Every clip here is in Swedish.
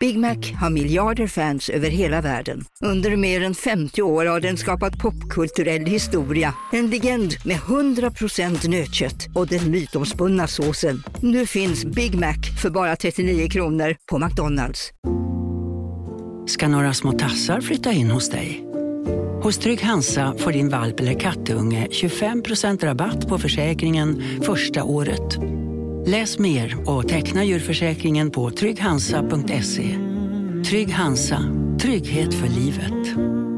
Big Mac har miljarder fans över hela världen. Under mer än 50 år har den skapat popkulturell historia. En legend med 100% nötkött och den mytomspunna såsen. Nu finns Big Mac för bara 39 kronor på McDonald's. Ska några små tassar flytta in hos dig? Hos Trygg Hansa får din valp eller kattunge 25% rabatt på försäkringen första året. Läs mer och teckna djurförsäkringen på trygghansa.se. Trygg Hansa, trygghet för livet.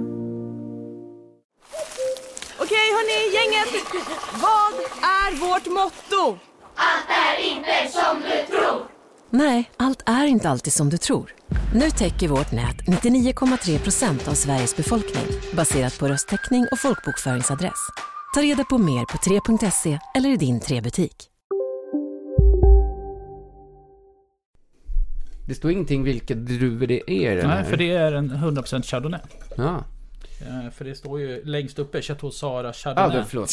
Okej hörni, gänget. Vad är vårt motto? Allt är inte som du tror. Nej, allt är inte alltid som du tror. Nu täcker vårt nät 99,3% av Sveriges befolkning baserat på röstteckning och folkbokföringsadress. Ta reda på mer på 3.se eller i din 3-butik. Det står ingenting vilket druvor det är. Nej, för det är en 100% Chardonnay. Ja. För det står ju längst uppe Chateau Sara Chardonnay. Ja, förlåt.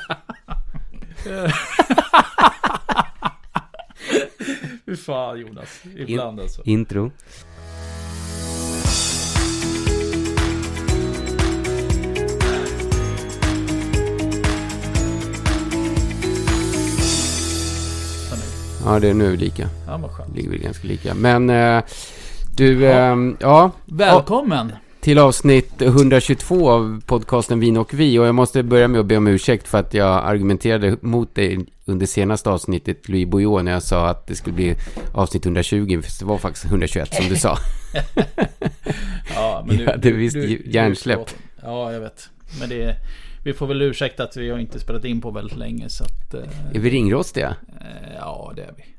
Hur fan Jonas, ibland alltså. Intro. Ja, det är nu lika. Ja, vad skönt. Ligger väl ganska lika. Men du, ja. Välkommen till avsnitt 122 av podcasten Vin och Vi. Och jag måste börja med att be om ursäkt för att jag argumenterade mot dig under senaste avsnittet, Louis Bouillon, när jag sa att det skulle bli avsnitt 120, för det var faktiskt 121 som du sa. Ja, men det visst hjärnsläpp. Ja, jag vet. Men vi får väl ursäkta att vi har inte spelat in på väldigt länge, så att... Är vi ringrostiga? Ja, det är vi.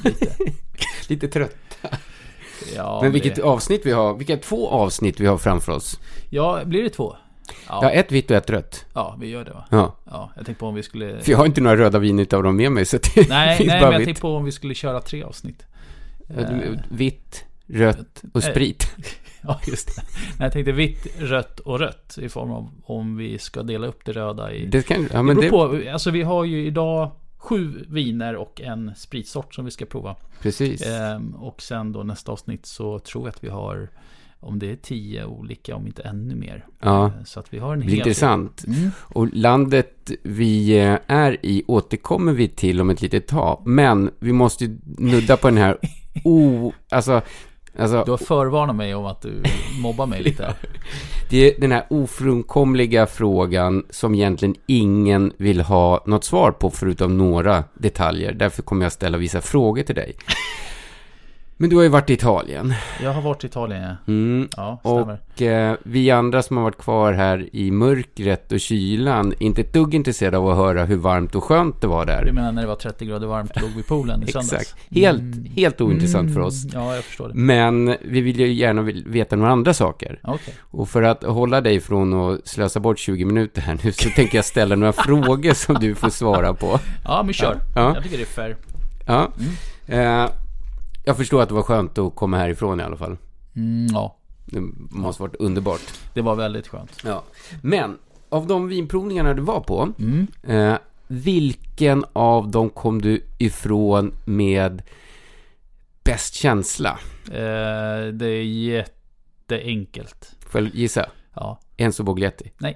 Lite trötta. Ja, men vilket avsnitt vi har, vilka 2 avsnitt vi har framför oss? Ja, blir det 2? Ja, ett vitt och ett rött. Ja, vi gör det va? Ja, jag tänkte på om vi skulle... För jag har inte några röda vin utav dem med mig, så det nej, finns men bara jag vitt. tänkte på om vi skulle köra 3 avsnitt. Vitt, rött och sprit. Ja, just det. Nej, jag tänkte vitt, rött och rött i form av om vi ska dela upp det röda i... Det kan, ja, men det beror på, alltså vi har ju idag 7 viner och en spritsort som vi ska prova. Precis. Och sen då nästa avsnitt så tror jag att vi har, om det är 10 olika, om inte ännu mer. Ja. Så att vi har en hel... Intressant. Och landet vi är i återkommer vi till om ett litet tag. Men vi måste ju nudda på den här alltså, du har förvarnat mig om att du mobbar mig lite. Det är den här ofrånkomliga frågan som egentligen ingen vill ha något svar på förutom några detaljer. Därför kommer jag ställa vissa frågor till dig. Men du har ju varit i Italien. Jag har varit i Italien, ja. Ja, stämmer. Och vi andra som har varit kvar här i mörkret och kylan, inte ett dugg intresserade av att höra hur varmt och skönt det var där. Du menar när det var 30 grader varmt och låg vid poolen i söndags? Exakt. Helt ointressant för oss. Ja, jag förstår det. Men vi vill ju gärna veta några andra saker. Okay. Och för att hålla dig från att slösa bort 20 minuter här nu, så tänker jag ställa några frågor som du får svara på. Ja, men kör. Ja. Jag tycker det är fair. Ja. Jag förstår att det var skönt att komma härifrån i alla fall. Ja. Det måste ha varit underbart. Det var väldigt skönt. Ja. Men av de vinprovningarna du var på, vilken av dem kom du ifrån med bäst känsla? Det är jätteenkelt. Får jag gissa? Ja. Enzo Boglietti? Nej.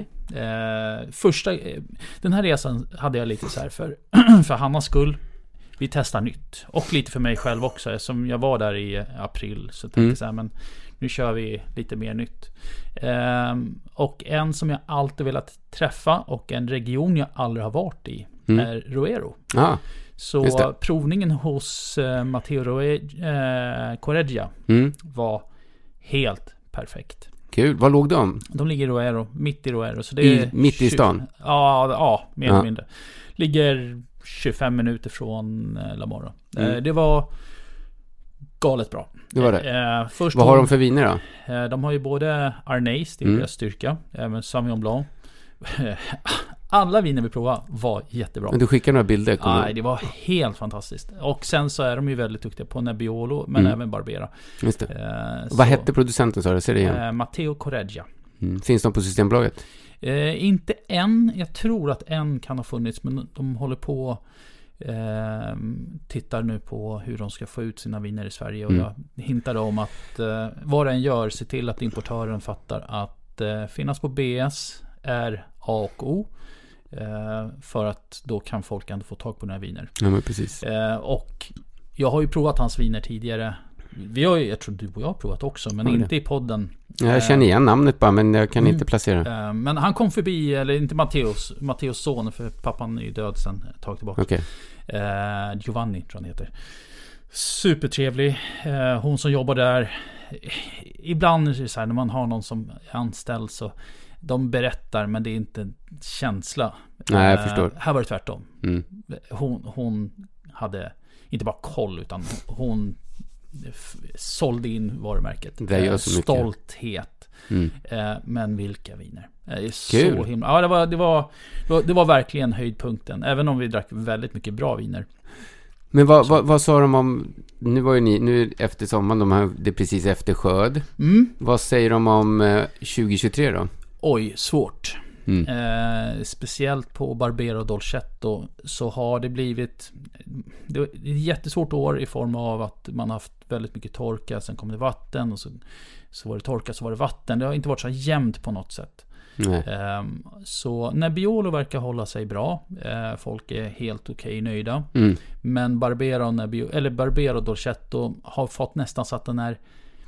Den här resan hade jag lite så här för Hannas skull. Vi testar nytt. Och lite för mig själv också. Som jag var där i april. Så tänkte jag så här, men nu kör vi lite mer nytt. Och en som jag alltid velat träffa och en region jag aldrig har varit i är Roero. Så provningen hos Matteo Correggia var helt perfekt. Kul. Var låg de? De ligger i Roero, mitt i Roero. Så det är mitt i stan? Ja, mer eller mindre. Ligger 25 minuter från La Morra. Det var galet bra. Det var det. Vad har de för viner då? De har ju både Arneis, det är deras styrka, även Sauvignon Blanc. Alla viner vi provade var jättebra. Men du skickar några bilder? Nej, det var helt fantastiskt. Och sen så är de ju väldigt duktiga på Nebbiolo, men även Barbera. Just det. Vad hette producenten, sa du? Ser det igen? Matteo Correggia. Finns de på Systembolaget? Inte än. Jag tror att en kan ha funnits, men de håller på tittar nu på hur de ska få ut sina viner i Sverige, och jag hintade om att vad den gör, se till att importören fattar att finnas på BS är A och O, för att då kan folk ändå få tag på några viner. Ja, men precis. Och jag har ju provat hans viner tidigare. Jag tror du och jag har provat också, men inte i podden. Jag känner igen namnet bara, men jag kan inte placera. Men han kom förbi, eller inte Matteos son, för pappan är ju död sedan ett tag tillbaka. Okay. Giovanni tror han heter. Supertrevlig. Hon som jobbar där. Ibland är det så här, när man har någon som är anställd, så de berättar, men det är inte en känsla. Nej, jag förstår. Här var det tvärtom. Hon hade inte bara koll, utan hon sålde in varumärket. Det gör så mycket. Stolthet. Men vilka viner. Kul. Så himla. Ja, det var verkligen höjdpunkten. Även om vi drack väldigt mycket bra viner. Men vad sa de om, nu var ju nu efter sommaren, det är precis efter skörd. Vad säger de om 2023 då? Oj, svårt. Speciellt på Barbera Dolcetto så har det blivit ett jättesvårt år, i form av att man har haft väldigt mycket torka, sen kom det vatten, och så var det torka, så var det vatten. Det har inte varit så jämnt på något sätt. Så Nebbiolo verkar hålla sig bra. Folk är helt okej nöjda. Men Barbera Dolcetto har fått nästan så att den är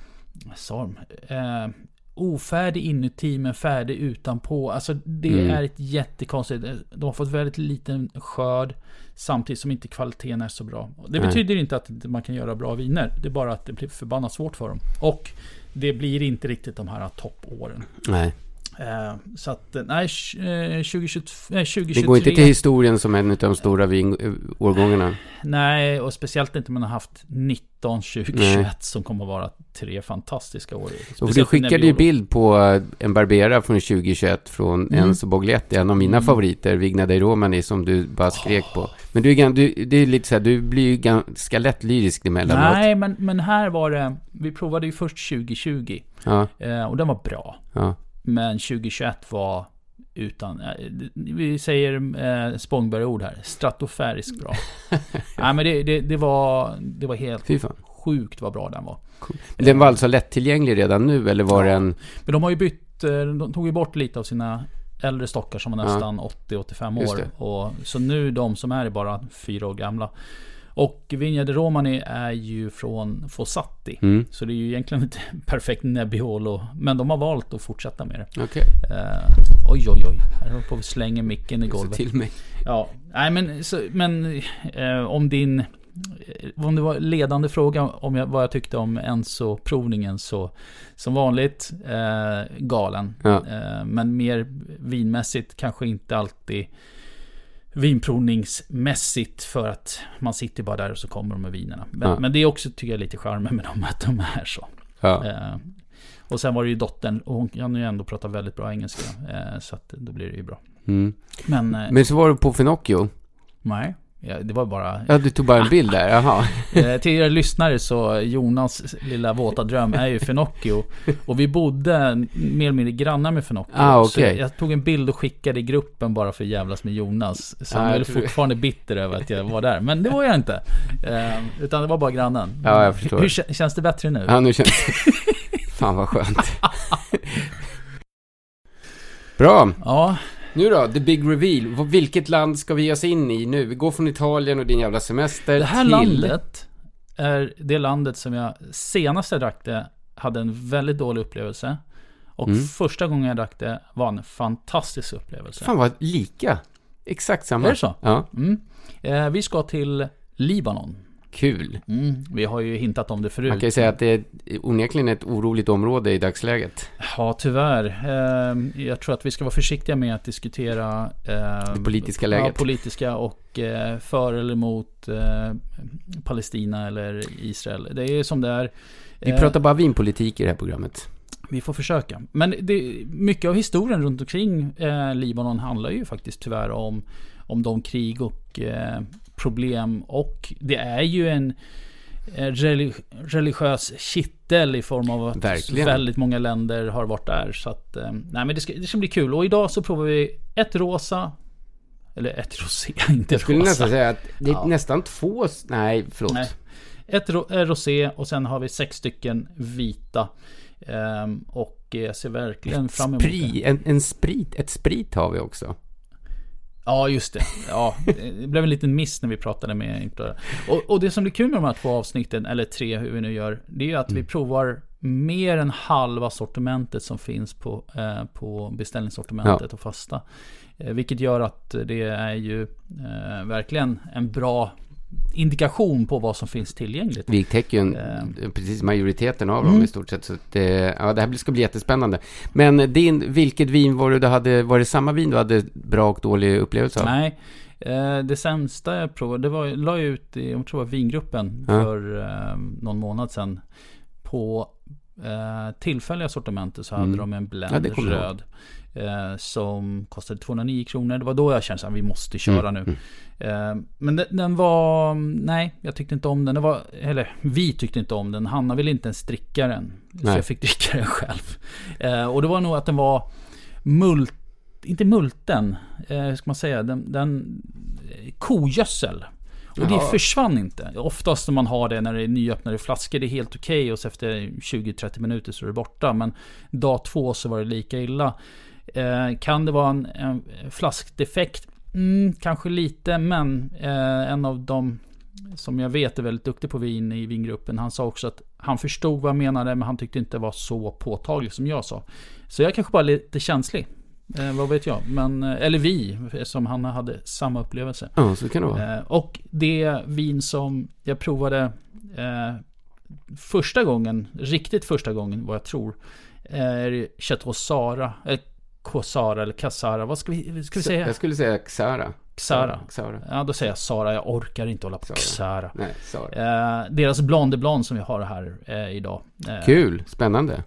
ofärdig inuti men färdig utanpå. Alltså det är ett jättekonstigt. De har fått väldigt liten skörd, samtidigt som inte kvaliteten är så bra. Det betyder inte att man kan göra bra viner. Det är bara att det blir förbannat svårt för dem. Och det blir inte riktigt de här toppåren. Nej. Så att 2023. Det går inte till historien som en av de stora årgångarna. Nej, och speciellt inte man har haft 2021 som kommer att vara 3 fantastiska år. Och du skickade ju bild på en Barbera från 2021 från Enzo Boglietti, en av mina favoriter, Vigna dei Romani, som du bara skrek på. Men det är lite så här, du blir ju ganska lätt lyrisk emellanåt. Nej, men här var det, vi provade ju först 2020 och den var bra. Men 2021 var utan, vi säger Spångberg-ord här, stratosfäriskt bra. Nej, men det var helt sjukt vad bra den var. Cool. Den var alltså lättillgänglig redan nu, eller var den? Men de har ju de tog ju bort lite av sina äldre stockar som var nästan 80-85 år. Och så nu de som är bara 4 år gamla. Och Vigna dei Romani är ju från Fossati. Så det är ju egentligen ett perfekt Nebbiolo. Men de har valt att fortsätta med det. Okej. Oj. Här håller på att slänga micken i golvet. Till mig. Ja, nej men om det var ledande fråga om vad jag tyckte om Enzo-provningen, så som vanligt galen. Men mer vinmässigt kanske inte alltid vinprovningsmässigt, för att man sitter bara där och så kommer de med vinerna. Men det är också, tycker jag, lite charmen med dem, att de är så. Och sen var det ju dottern, och hon kan ju ändå prata väldigt bra engelska, så att då blir det ju bra. Men så var du på Finocchio? Nej. Ja, det var bara... Ja, du tog bara en bild där, jaha. Till er lyssnare, så Jonas lilla våta dröm är ju Finocchio. Och vi bodde mer eller mindre grannar med Finocchio. Så jag tog en bild och skickade i gruppen bara för att jävlas med Jonas. Så han är fortfarande bitter över att jag var där. Men det var jag inte. Utan det var bara grannen. Ja, jag förstår. Hur känns det bättre nu? Ja, nu känns fan vad skönt. Bra. Ja. Nu då, the big reveal. Vilket land ska vi ge oss in i nu? Vi går från Italien och din jävla semester. Det här landet är det landet som jag senast jag drack det hade en väldigt dålig upplevelse. Och första gången jag drack det var en fantastisk upplevelse. Fan vad lika. Exakt samma. Är det så? Ja. Vi ska till Libanon. Kul. Vi har ju hintat om det förut. Man kan ju säga att det är onekligen ett oroligt område i dagsläget. Ja, tyvärr. Jag tror att vi ska vara försiktiga med att diskutera det politiska läget. Ja, politiska och för eller emot Palestina eller Israel. Det är som det är. Vi pratar bara vinpolitik i det här programmet. Vi får försöka. Men mycket av historien runt omkring Libanon handlar ju faktiskt tyvärr om de krig och problem, och det är ju en religiös kittel i form av att väldigt många länder har varit där, så att nej, men det ska bli kul. Och idag så provar vi ett rosa Eller ett rosé, inte Jag skulle rosa. nästan säga att det är nästan 2... Nej, förlåt. Nej. Ett rosé och sen har vi 6 stycken vita. Och jag ser verkligen fram emot det. Ett sprit har vi också. Ja, just det. Ja, det blev en liten miss när vi pratade med. Och det som blir kul med de här 2 avsnitten, eller 3 hur vi nu gör, det är ju att vi provar mer än halva sortimentet som finns på beställningssortimentet och fasta. Vilket gör att det är ju verkligen en bra indikation på vad som finns tillgängligt. Vi täcker ju precis majoriteten av dem i stort sett. Så att, det här ska bli jättespännande. Men vilket vin var det samma vin du hade bra och dålig upplevelse av? Nej, det sämsta jag provade, la jag ut i, jag tror det var vingruppen för någon månad sedan. På tillfälliga sortimentet så hade de en blend röd som kostade 209 kronor. Det var då jag kände att vi måste köra nu. Men den var, nej, jag tyckte inte om den. Vi tyckte inte om den. Hanna ville inte ens dricka den. Så jag fick dricka den själv. Och det var nog att den var inte multen, hur ska man säga, den kogödsel. Och det försvann inte. Oftast när man har det när det är nyöppnade flaskor, det är helt okej, och så efter 20-30 minuter så är det borta. Men dag 2 så var det lika illa. Kan det vara en flaskdefekt? Kanske lite, men en av dem som jag vet är väldigt duktig på vin i vingruppen, han sa också att han förstod vad jag menade, men han tyckte inte det var så påtagligt som jag sa. Så jag kanske bara är lite känslig. Vad vet jag, men eller vi som han hade samma upplevelse. Ja, så kan det vara. Och det vin som jag provade riktigt första gången, vad jag tror, är Chateau Sara eller Casara. Vad ska vi säga? Jag skulle säga Xara. Ja, då säger jag Sara. Jag orkar inte hålla på Xara. Nej, Sara. Deras Blanc de Blanc som vi har här idag. Kul, spännande.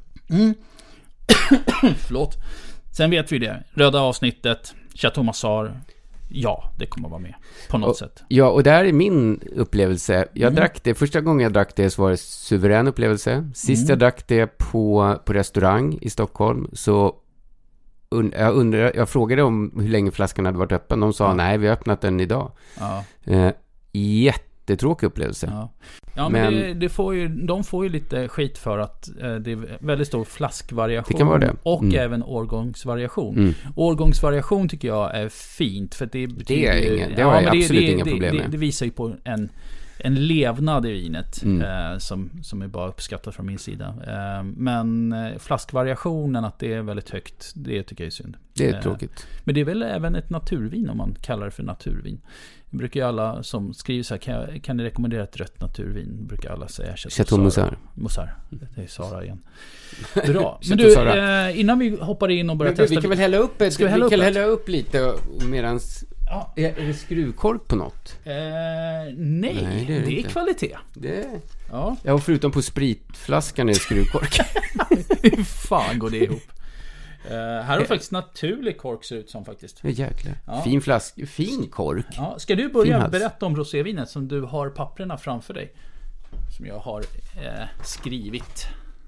Förlåt. Sen vet vi det. Röda avsnittet, Chateau Massar. Ja, det kommer att vara med på något sätt. Ja, och där är min upplevelse. Jag drack det, första gången jag drack det så var det suverän upplevelse. Sist jag drack det på restaurang i Stockholm så jag frågade om hur länge flaskan hade varit öppen. De sa nej, vi har öppnat den idag. Jättetråkig upplevelse. Ja, men de får ju lite skit för att det är väldigt stor flaskvariation. Det kan vara det. Och även årgångsvariation. Årgångsvariation tycker jag är fint, för det har jag absolut inga problem med. Det visar ju på en levnad i vinet som är bara uppskattat från min sida. Men flaskvariationen, att det är väldigt högt, det tycker jag är synd. Det är tråkigt. Men det är väl även ett naturvin, om man kallar det för naturvin. Det brukar ju alla som skriver så här, kan ni rekommendera ett rött naturvin? Brukar alla säga Chateau Massar. Det är Sara igen. Bra. Men du, innan vi hoppar in och börjar testa. Vi kan väl hälla upp lite medans... Ja. Är det skruvkork på något? Nej, det är kvalitet. Ja, och förutom på spritflaskan är det skruvkork. Hur fan går det ihop? Här har faktiskt naturlig kork, ser ut som faktiskt. Jäklar. Ja. Fin kork. Ja, ska du börja berätta om rosévinet som du har papperna framför dig? Som jag har skrivit.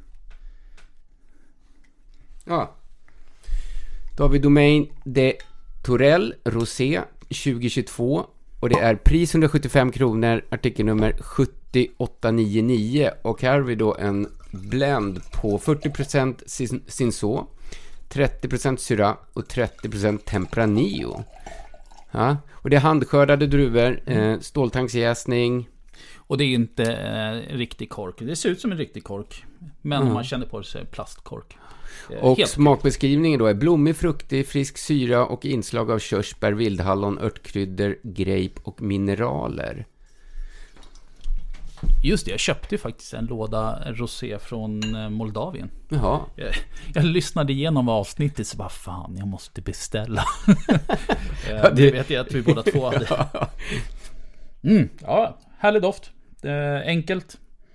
Ja. Då har vi Domaine de Tourelle Rosé 2022 och det är pris 175 kronor, artikelnummer 7899, och här har vi då en blend på 40% Cinsault, 30% Syrah och 30% Tempranillo. Ja, och det är handskördade druvor, ståltanksjäsning. Och det är inte riktig kork. Det ser ut som en riktig kork, men om man känner på det så är det plastkork. Och smakbeskrivningen då är blommig, fruktig, frisk syra och inslag av körsbär, vildhallon, örtkryddor, grape och mineraler. Just det, jag köpte faktiskt en låda rosé från Moldavien. Jaha. Jag lyssnade igenom avsnittet så bara, fan, jag måste beställa. Det vet jag att vi båda två hade. Ja, härlig doft. Enkelt.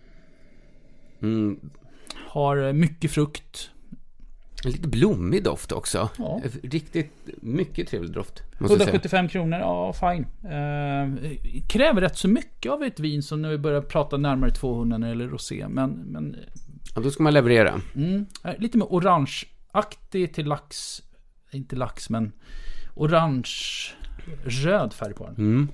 Har mycket frukt. Lite blommig doft också. Ja. Riktigt mycket trevlig doft. 175 kronor, ja, fine. Kräver rätt så mycket av ett vin som när vi börjar prata närmare 200 eller rosé. Men ja, då ska man leverera. Lite mer orangeaktig till lax. Inte lax, men orange. röd färg på den.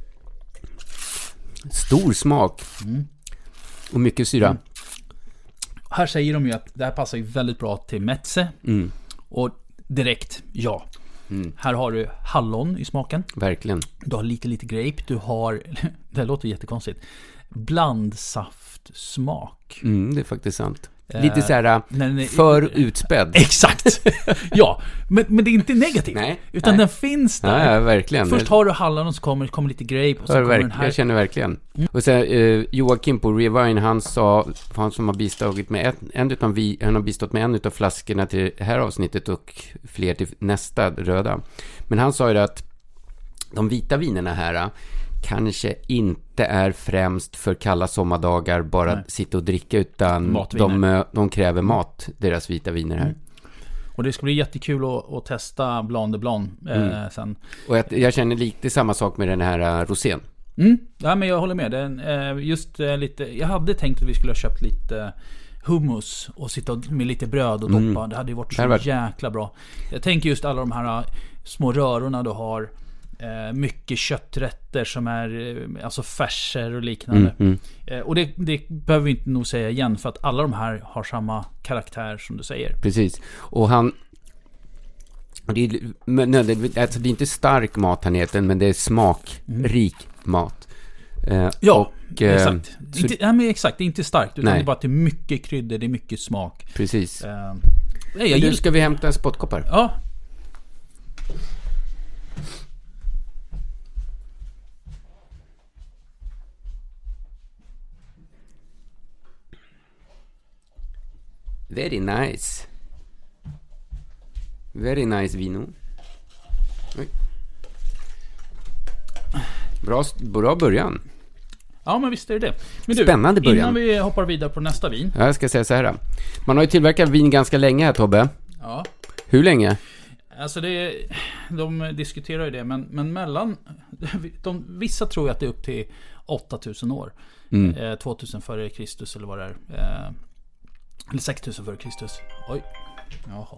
Stor smak. Och mycket syra. Här säger de ju att det här passar ju väldigt bra till metze. Och direkt, ja. Här har du hallon i smaken. Verkligen. Du har lite grape. Du har, det låter jättekonstigt, blandsaftsmak. Det är faktiskt sant. Lite så här för utspädd. Exakt. Ja, men det är inte negativt. Utan den finns där. Ja, verkligen. Först har du hallon och så kommer lite grape och så kommer den här. Jag känner verkligen. Och sen Joakim på Revine, han som har bistått med han har bistått med en utav flaskorna till det här avsnittet och fler till nästa röda. Men han sa ju att de vita vinerna här kanske inte är främst för kalla sommardagar bara sitta och dricka, utan de kräver mat, deras vita viner här. Och det ska bli jättekul att testa Blanc de Blanc sen. Och jag känner lite samma sak med den här rosén. Ja, men jag håller med. Jag hade tänkt att vi skulle ha köpt lite hummus och sitta med lite bröd och doppa. Det hade ju varit så jäkla bra. Jag tänker just alla de här små rörorna du har. Mycket kötträtter som är alltså färser och liknande. Och det behöver vi inte nog säga igen, för att alla de här har samma karaktär som du säger. Precis. Och det är inte stark mat han heter, men det är smakrik mat. Exakt. Exakt, det är inte starkt, utan det är bara att det är mycket kryddor, det är mycket smak. Precis. Nu ska vi hämta en spottkoppar. Ja. Very nice. Very nice vino. Oj. Bra början. Ja, men visst är det. Men spännande början. Innan vi hoppar vidare på nästa vin. Jag ska säga så här. Man har ju tillverkat vin ganska länge här, Tobbe. Ja. Hur länge? Alltså de diskuterar ju det, men mellan vissa tror att det är upp till 8000 år. 2000 före Kristus eller vad det är. Eller 6000 före Kristus. Oj. Jaha.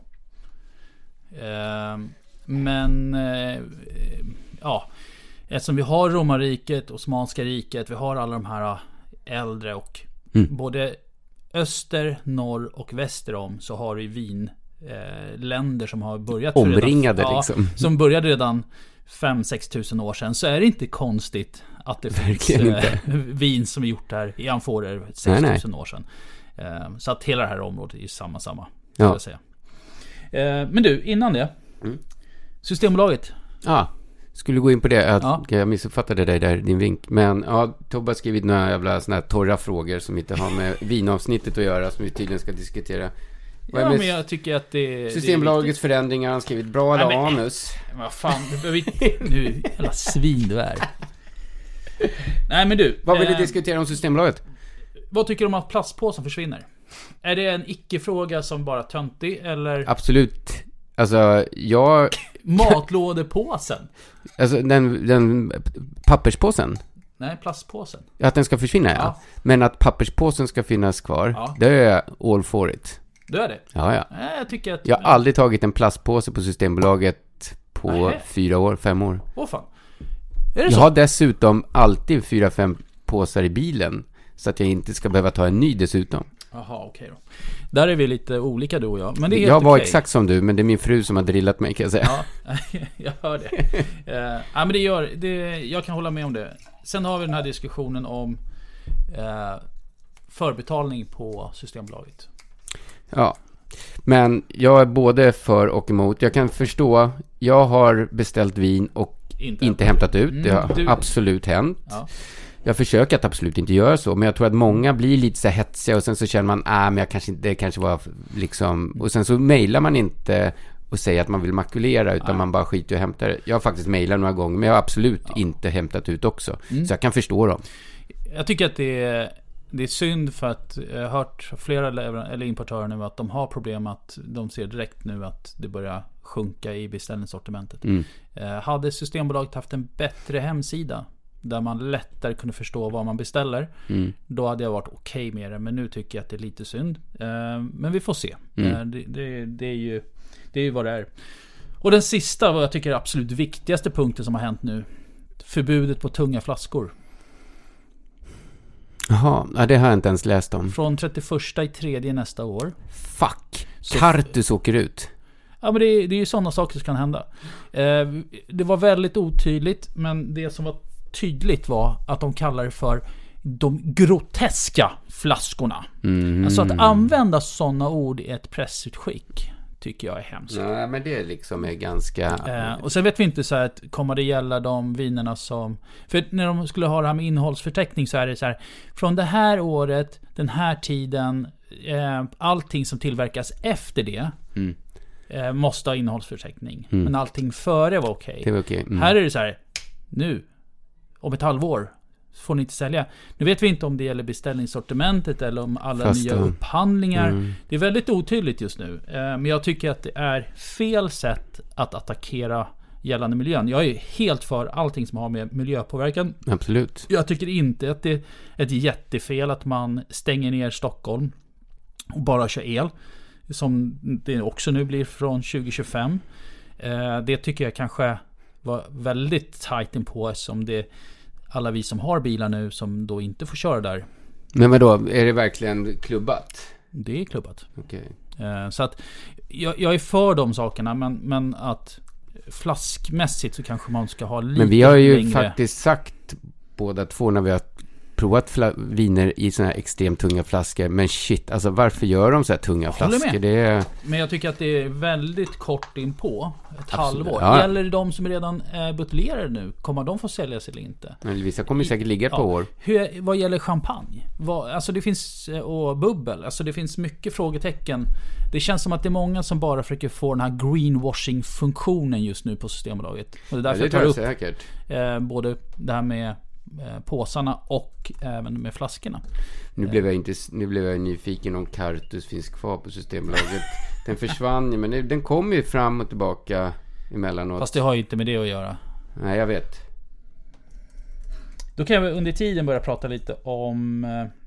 Eftersom vi har Romarriket, Osmanska riket, vi har alla de här äldre och både öster, norr och väster om, så har vi länder som har börjat omringade redan, liksom. Som började redan 5-6 tusen år sedan. Så är det inte konstigt att det finns vin som är gjort här i amforer 6 tusen år sedan. Så att hela det här området är ju samma skulle jag säga. Men du, innan det Systembolaget. Skulle gå in på det. Jag missuppfattade dig där, din vink. Men Tobbe har skrivit några jävla såna här torra frågor som inte har med vinavsnittet att göra, som vi tydligen ska diskutera. Men jag tycker att Systembolagets förändringar, han skrivit bra eller anus. Vad fan, du behöver inte nu, jävla svin du är. Nej, men du, vad vill du diskutera om Systembolaget? Vad tycker du om att plastpåsen försvinner? Är det en icke-fråga som bara töntig, eller? Absolut. Alltså, matlådepåsen? Alltså, den papperspåsen? Nej, plastpåsen. Att den ska försvinna, ja. Men att papperspåsen ska finnas kvar, det är jag all for it. Du är det? Ja. Jag tycker att... Jag har aldrig tagit en plastpåse på Systembolaget på 5 år. Åh fan. Jag har dessutom alltid 4-5 påsar i bilen, så att jag inte ska behöva ta en ny dessutom. Jaha, okej då. Där är vi lite olika, du och jag. Men det är helt jag var exakt som du, men det är min fru som har drillat mig, kan jag säga. Ja, jag hör det. Men jag kan hålla med om det. Sen har vi den här diskussionen om förbetalning på Systembolaget. Ja, men jag är både för och emot. Jag kan förstå, jag har beställt vin och inte hämtat ut. Det har absolut hänt. Ja. Jag försöker att absolut inte göra så, men jag tror att många blir lite så hetsiga och sen så känner man, men det kanske var liksom, och sen så mejlar man inte och säger att man vill makulera, utan man bara skiter och hämtar det. Jag har faktiskt mejlat några gånger, men jag har absolut inte hämtat ut också. Så jag kan förstå dem. Jag tycker att det är synd, för att jag har hört flera eller importörer nu att de har problem, att de ser direkt nu att det börjar sjunka i beställningssortimentet. Hade Systembolaget haft en bättre hemsida där man lättare kunde förstå vad man beställer, då hade jag varit okej med det. Men nu tycker jag att det är lite synd. Men vi får se. Det är ju vad det är. Och den sista, vad jag tycker är absolut viktigaste punkten som har hänt nu. Förbudet på tunga flaskor. Jaha, ja, det har jag inte ens läst om. Från 31/3 nästa år. Fuck, Cartus åker ut. Ja, men det är ju sådana saker som kan hända. Det var väldigt otydligt, men det som var tydligt var att de kallar det för de groteska flaskorna. Alltså att använda sådana ord i ett pressutskick tycker jag är hemskt. Nej, men det liksom är ganska... Och sen vet vi inte så här att kommer det gälla de vinerna som... För när de skulle ha det här med innehållsförteckning så är det så här, från det här året, den här tiden, allting som tillverkas efter det måste ha innehållsförteckning. Men allting före var okej. Det var okej. Här är det så här, nu, om ett halvår får ni inte sälja. Nu vet vi inte om det gäller beställningssortimentet eller om alla nya upphandlingar. Det är väldigt otydligt just nu. Men jag tycker att det är fel sätt att attackera gällande miljön. Jag är helt för allting som har med miljöpåverkan. Absolut. Jag tycker inte att det är ett jättefel att man stänger ner Stockholm och bara kör el. Som det också nu blir från 2025. Det tycker jag kanske var väldigt tajt inpå, som det alla vi som har bilar nu som då inte får köra där. Men vadå, är det verkligen klubbat? Det är klubbat. Okej. Så att jag är för de sakerna, men att flaskmässigt så kanske man ska ha lite längre. Men vi har ju faktiskt sagt båda två när vi har provat viner i såna här extremt tunga flaskor, men shit, alltså varför gör de så här tunga flaskor? Det är... Men jag tycker att det är väldigt kort in på ett halvår. Ja. Gäller det de som redan är buteljerade nu? Kommer de få säljas eller inte? Men vissa kommer säkert ligga på år. Vad gäller champagne? Alltså det finns, och bubbel, alltså det finns mycket frågetecken. Det känns som att det är många som bara försöker få den här greenwashing-funktionen just nu på Systembolaget. Och det är därför jag tar upp säkert. Både det här med påsarna och även med flaskorna. Nu blev jag nyfiken om Cartus finns kvar på Systembolaget. Den försvann ju, men den kommer ju fram och tillbaka emellanåt. Fast det har ju inte med det att göra. Nej, jag vet. Då kan jag under tiden börja prata lite om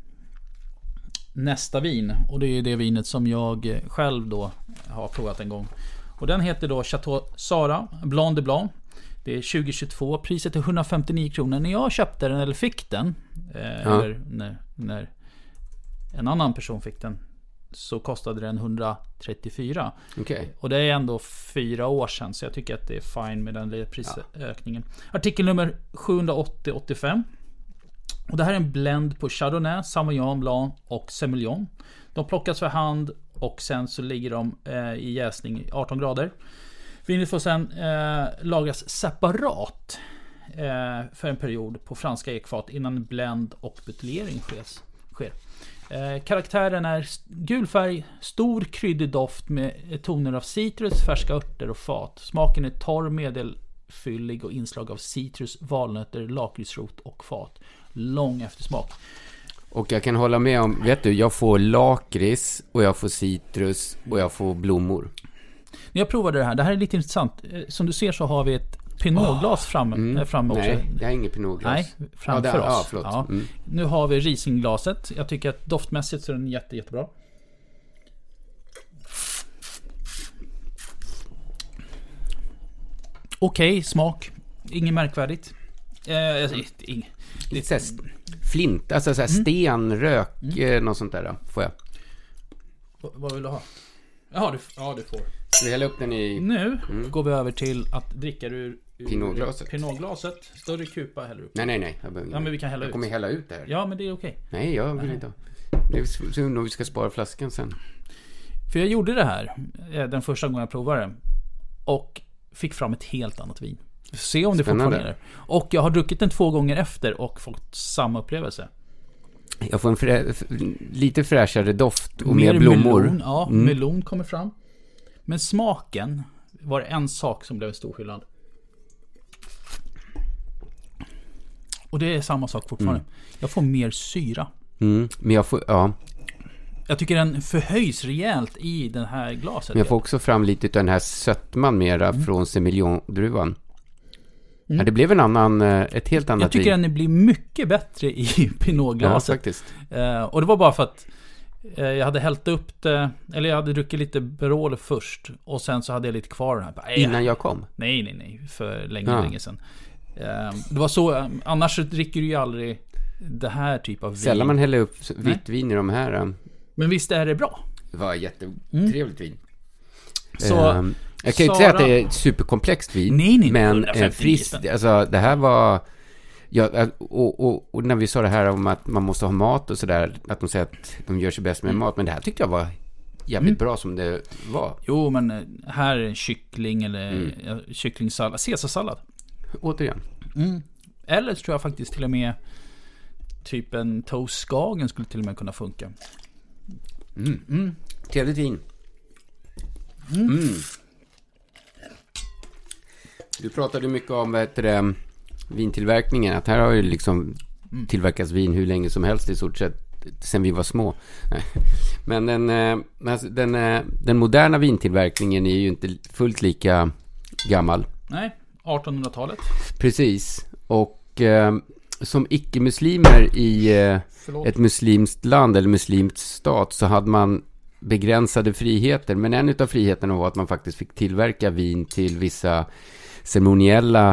nästa vin. Och det är det vinet som jag själv då har provat en gång. Och den heter då Chateau Sara Blanc de Blanc. Det är 2022, priset är 159 kronor. När jag köpte den eller fick den, eller när en annan person fick den, så kostade den 134. Okay. Och det är ändå 4 år sedan, så jag tycker att det är fine med den prisökningen. Artikel nummer 780-85. Och det här är en blend på Chardonnay, Sauvignon Blanc och Semillon. De plockas för hand och sen så ligger de i jäsning i 18 grader. Vinet får sen lagras separat för en period på franska ekfat innan blend och buteljering sker. Karaktären är gul färg, stor kryddig doft med toner av citrus, färska örter och fat. Smaken är torr, medelfyllig och inslag av citrus, valnötter, lakritsrot och fat. Lång eftersmak. Och jag kan hålla med om, vet du, jag får lakrits och jag får citrus och jag får blommor. När jag provade det här är lite intressant. Som du ser så har vi ett pinotglas framme också. Nej, det är inget pinotglas. Nej, framför oss. Ja. Nu har vi Rieslingglaset. Jag tycker att doftmässigt så är den jättebra. Okej, smak. Inget märkvärdigt. Lite flint, alltså så här stenrök, något sånt där. Får jag? Vad vill du ha? Ja, du får. Ska vi hälla upp den i... Nu går vi över till att dricka ur pinotglaset. Större kupa häller upp. Nej. Ja, men vi kan hälla ut. Jag kommer hälla ut det här. Ja, men det är okej. Nej, jag vill inte. Det är så om vi ska spara flaskan sen. För jag gjorde det här den första gången jag provade det. Och fick fram ett helt annat vin. Se om det fortfarande är. Och jag har druckit den 2 gånger efter och fått samma upplevelse. Jag får en lite fräschare doft och mer blommor. Melon, melon kommer fram. Men smaken var en sak som blev en stor skillnad. Och det är samma sak fortfarande. Jag får mer syra. Men jag får, jag tycker den förhöjs rejält i den här glaset. Men jag får också fram lite av den här sötman mera från Semillon-druvan. Ja, det blev ett helt annat. Jag tycker den blir mycket bättre i pinotglaset. Ja, faktiskt. Och det var bara för att Jag hade hällt upp det, eller jag hade druckit lite Barolo först och sen så hade jag lite kvar här. Innan jag kom? Nej, för länge sedan. Det var så, annars dricker du ju aldrig det här typ av vin. Sällan man häller upp vitt vin i de här. Men visst är det bra? Det var jättetrevligt vin. Så, jag kan ju inte säga att det är ett superkomplext vin. Nej, men friskt. Alltså det här var... Ja, och när vi sa det här om att man måste ha mat och sådär, att de säger att de gör sig bäst med mat, men det här tyckte jag var jävligt bra som det var. Jo, men här är kyckling eller kycklingsallad, caesarsallad. Återigen. Eller tror jag faktiskt till och med typ en toast skagen skulle till och med kunna funka. Trevligt vin. Du pratade mycket om vintillverkningen, att här har ju liksom tillverkats vin hur länge som helst i stort sett sen vi var små. Men den moderna vintillverkningen är ju inte fullt lika gammal. Nej, 1800-talet. Precis. Och som icke-muslimer i ett muslimskt land eller muslimskt stat så hade man begränsade friheter. Men en utav friheterna var att man faktiskt fick tillverka vin till vissa ceremoniella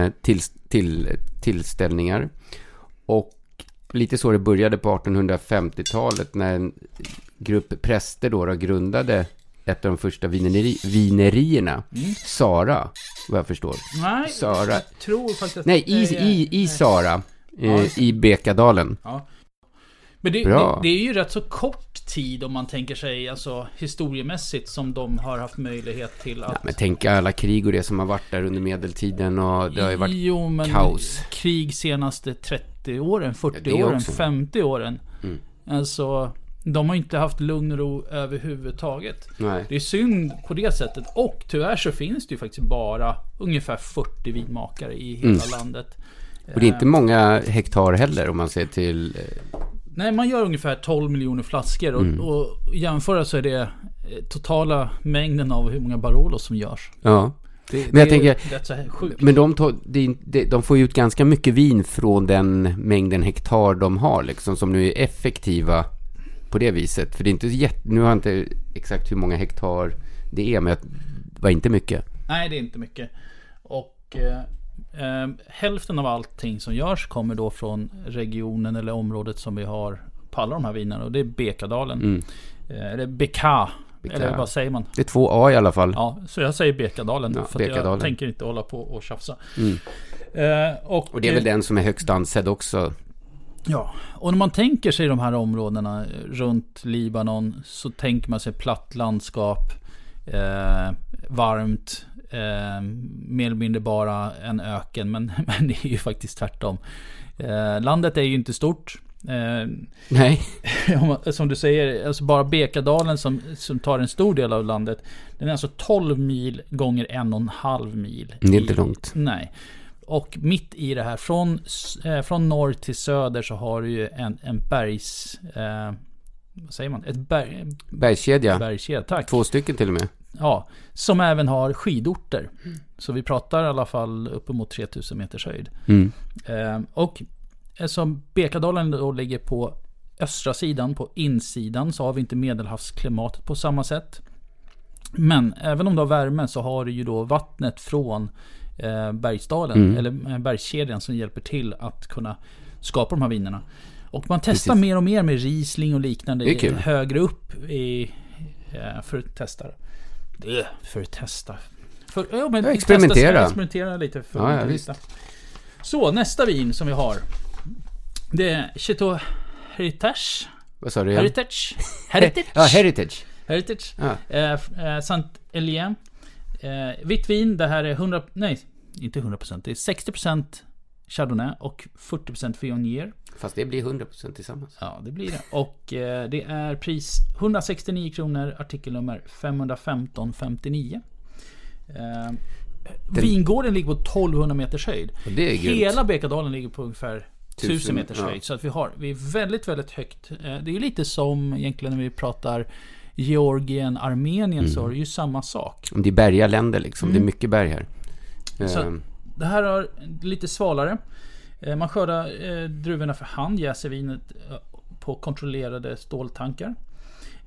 tillställningar. Och lite så det började på 1850-talet när en grupp präster då grundade ett av de första vinerierna. Sara, vad jag förstår. Nej, Sara. jag tror faktiskt att i Sara, i Bekadalen. Ja. Men det är ju rätt så kort tid om man tänker sig alltså historiemässigt som de har haft möjlighet till att... Ja, men tänk alla krig och det som har varit där under medeltiden och det har ju varit kaos. Krig senaste 30 åren, 40 åren, också. 50 åren. Alltså, de har inte haft lugn och ro överhuvudtaget. Nej. Det är synd på det sättet. Och tyvärr så finns det ju faktiskt bara ungefär 40 vinmakare i hela landet. Och det är inte många hektar heller om man ser till... Nej, man gör ungefär 12 miljoner flaskor och jämföra så är det totala mängden av hur många Barolo som görs. Ja. Men jag tänker, men de får ju ut ganska mycket vin från den mängden hektar de har liksom, som nu är effektiva på det viset. För det är inte nu har jag inte exakt hur många hektar det är, men det var inte mycket. Nej, det är inte mycket. Och hälften av allting som görs kommer då från regionen eller området som vi har på alla de här vinerna, och det är Bekadalen. Eller Beka. Eller vad säger man? Det är 2 A i alla fall. Ja, så jag säger Bekadalen, för Bekadalen. Jag tänker inte hålla på och tjafsa. Och det är väl den som är högst ansedd också. Ja, och när man tänker sig de här områdena runt Libanon så tänker man sig platt landskap, varmt, mer eller mindre bara en öken, men det är ju faktiskt tvärtom. Landet är ju inte stort. Nej. Som du säger, alltså bara Bekadalen som tar en stor del av landet, den är alltså 12 mil gånger 1,5 mil. Det är inte långt. Nej. Och mitt i det här, från norr till söder så har du ju en bergs... vad säger man? Bergskedja. Bergskedja, tack. 2 stycken till och med. Ja, som även har skidorter. Så vi pratar i alla fall uppemot 3000 meters höjd. Och som Bekadalen då ligger på östra sidan, på insidan, så har vi inte medelhavsklimatet på samma sätt. Men även om du har värme så har du ju då vattnet från bergsdalen eller bergskedjan som hjälper till att kunna skapa de här vinerna. Och man testar mer och mer med Riesling och liknande högre upp för att testa. Experimentera lite för att testa. Så nästa vin som vi har, det är Chateau Heritage. Vad sa du? Heritage. Ja, Heritage. Saint-Élien. Vitt vin, det här är 100%, det är 60% Chardonnay och 40% Viognier. Fast det blir 100% tillsammans. Ja, det blir det. Och det är pris 169 kronor, artikelnummer 51559. Vingården ligger på 1200 meters höjd. Det är hela Bekadalen ligger på ungefär 1000 meters höjd. Så att vi är väldigt, väldigt högt. Det är lite som egentligen när vi pratar Georgien, Armenien, så är det ju samma sak. Det är bergaländer liksom, det är mycket berg här. Så det här är lite svalare. Man skördar druvorna för hand, jäser vinet på kontrollerade ståltankar.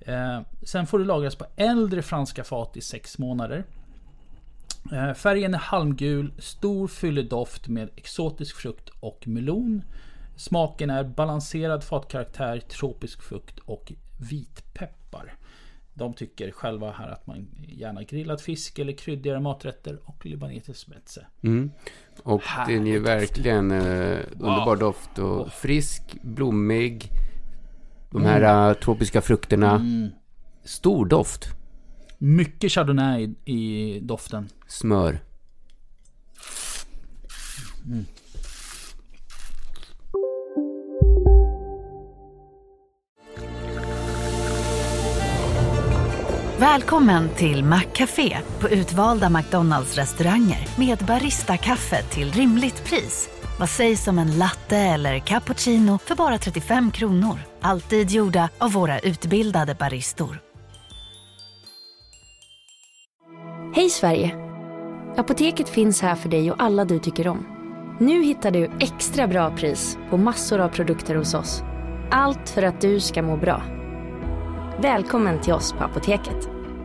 Sen får det lagras på äldre franska fat i 6 månader. Färgen är halmgul, stor fyllig doft med exotisk frukt och melon. Smaken är balanserad fatkaraktär, tropisk frukt och vitpeppar. De tycker själva här att man gärna grillat fisk eller kryddigare maträtter och libanetisk spetse. Och den är verkligen underbar doft och frisk, blommig. De här tropiska frukterna. Stor doft. Mycket chardonnay i doften. Smör. Välkommen till McCafé på utvalda McDonalds-restauranger med barista-kaffe till rimligt pris. Vad sägs om en latte eller cappuccino för bara 35 kronor? Alltid gjorda av våra utbildade baristor. Hej Sverige! Apoteket finns här för dig och alla du tycker om. Nu hittar du extra bra pris på massor av produkter hos oss. Allt för att du ska må bra. Välkommen till oss på Apoteket.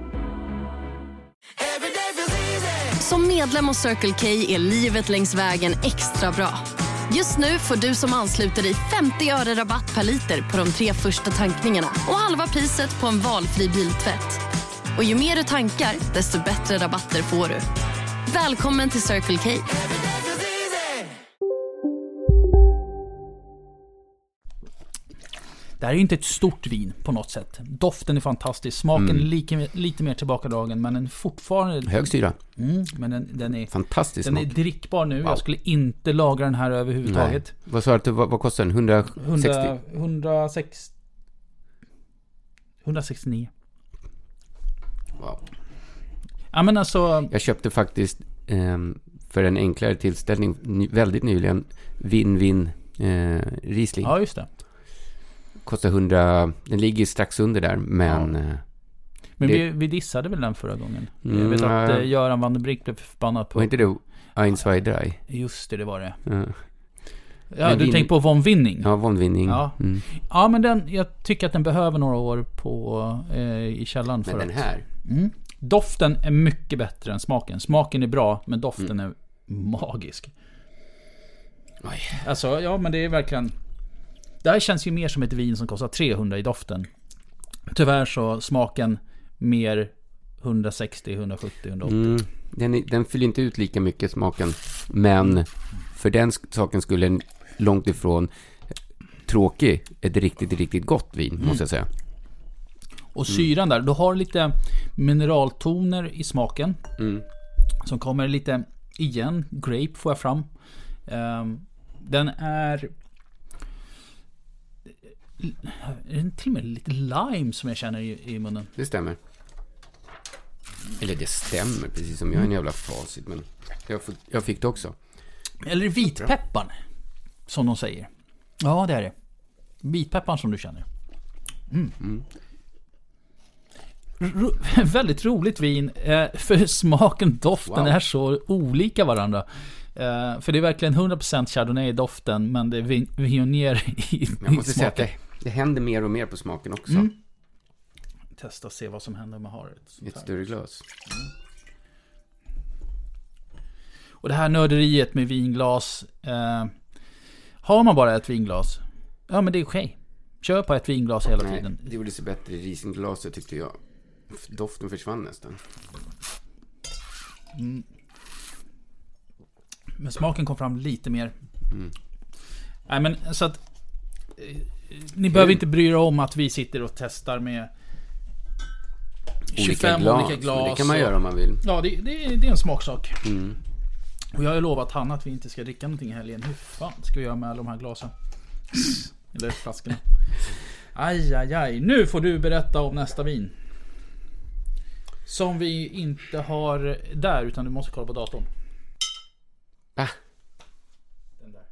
Som medlem hos Circle K är livet längs vägen extra bra. Just nu får du som ansluter dig 50 öre rabatt per liter på de 3 första tankningarna och halva priset på en valfri biltvätt. Och ju mer du tankar, desto bättre rabatter får du. Välkommen till Circle K. Det här är ju inte ett stort vin på något sätt. Doften är fantastisk. Smaken är lite mer tillbakadragen, men den är fortfarande... Hög syra. Men den är... Fantastisk Den smak. är drickbar nu. Wow. Jag skulle inte lagra den här överhuvudtaget. Nej. Vad sa du? Vad kostar den? 169. Wow. Ja, men alltså... Jag köpte faktiskt för en enklare tillställning väldigt nyligen Vin Riesling. Ja, just det. Kostar 100, den ligger strax under där, men... Men vi dissade väl den förra gången? Jag vet att Göran van der Brink blev förbannad på... Var inte det Ein, zwei, drei? Just det var det. Ja, du tänker på Von Winning? Ja, Von Winning. Ja, men jag tycker att den behöver några år i källan. Men den här? Doften är mycket bättre än smaken. Smaken är bra, men doften är magisk. Oj. Alltså, ja, men det är verkligen... Det här känns ju mer som ett vin som kostar 300 i doften. Tyvärr så smaken mer 160, 170, 180. Den fyller inte ut lika mycket smaken. Men för den saken skulle en långt ifrån tråkig ett riktigt, riktigt gott vin, måste jag säga. Och syran där, du har lite mineraltoner i smaken. Som kommer lite igen. Grape får jag fram. Den är till och med lite lime som jag känner i munnen. Det stämmer. Eller det stämmer, precis som jag är en jävla facit, men jag fick det också. Eller vitpepparn, som de säger. Ja, det är det. Vitpepparn som du känner. Väldigt roligt vin. För smaken, doften är så olika varandra. För det är verkligen 100% Chardonnay i doften, men det är Viognier i jag måste säga att det händer mer och mer på smaken också. Testa och se vad som händer om man har ett större glas. Och det här nörderiet med vinglas, har man bara ett vinglas, ja men det är okej. Kör på ett vinglas hela tiden. Det gjorde sig bättre i Rieslingglaset tyckte jag. Doften försvann nästan. Men smaken kom fram lite mer. Nej, men så att ni behöver inte bry er om att vi sitter och testar med 25 olika glas. Det kan man göra om man vill. Ja, det är en smaksak. Och jag har ju lovat Hanna att vi inte ska dricka någonting i helgen. Hur fan ska vi göra med alla de här glasen? Eller flaskorna. Aj. Nu får du berätta om nästa vin. Som vi inte har där, utan du måste kolla på datorn. Den där.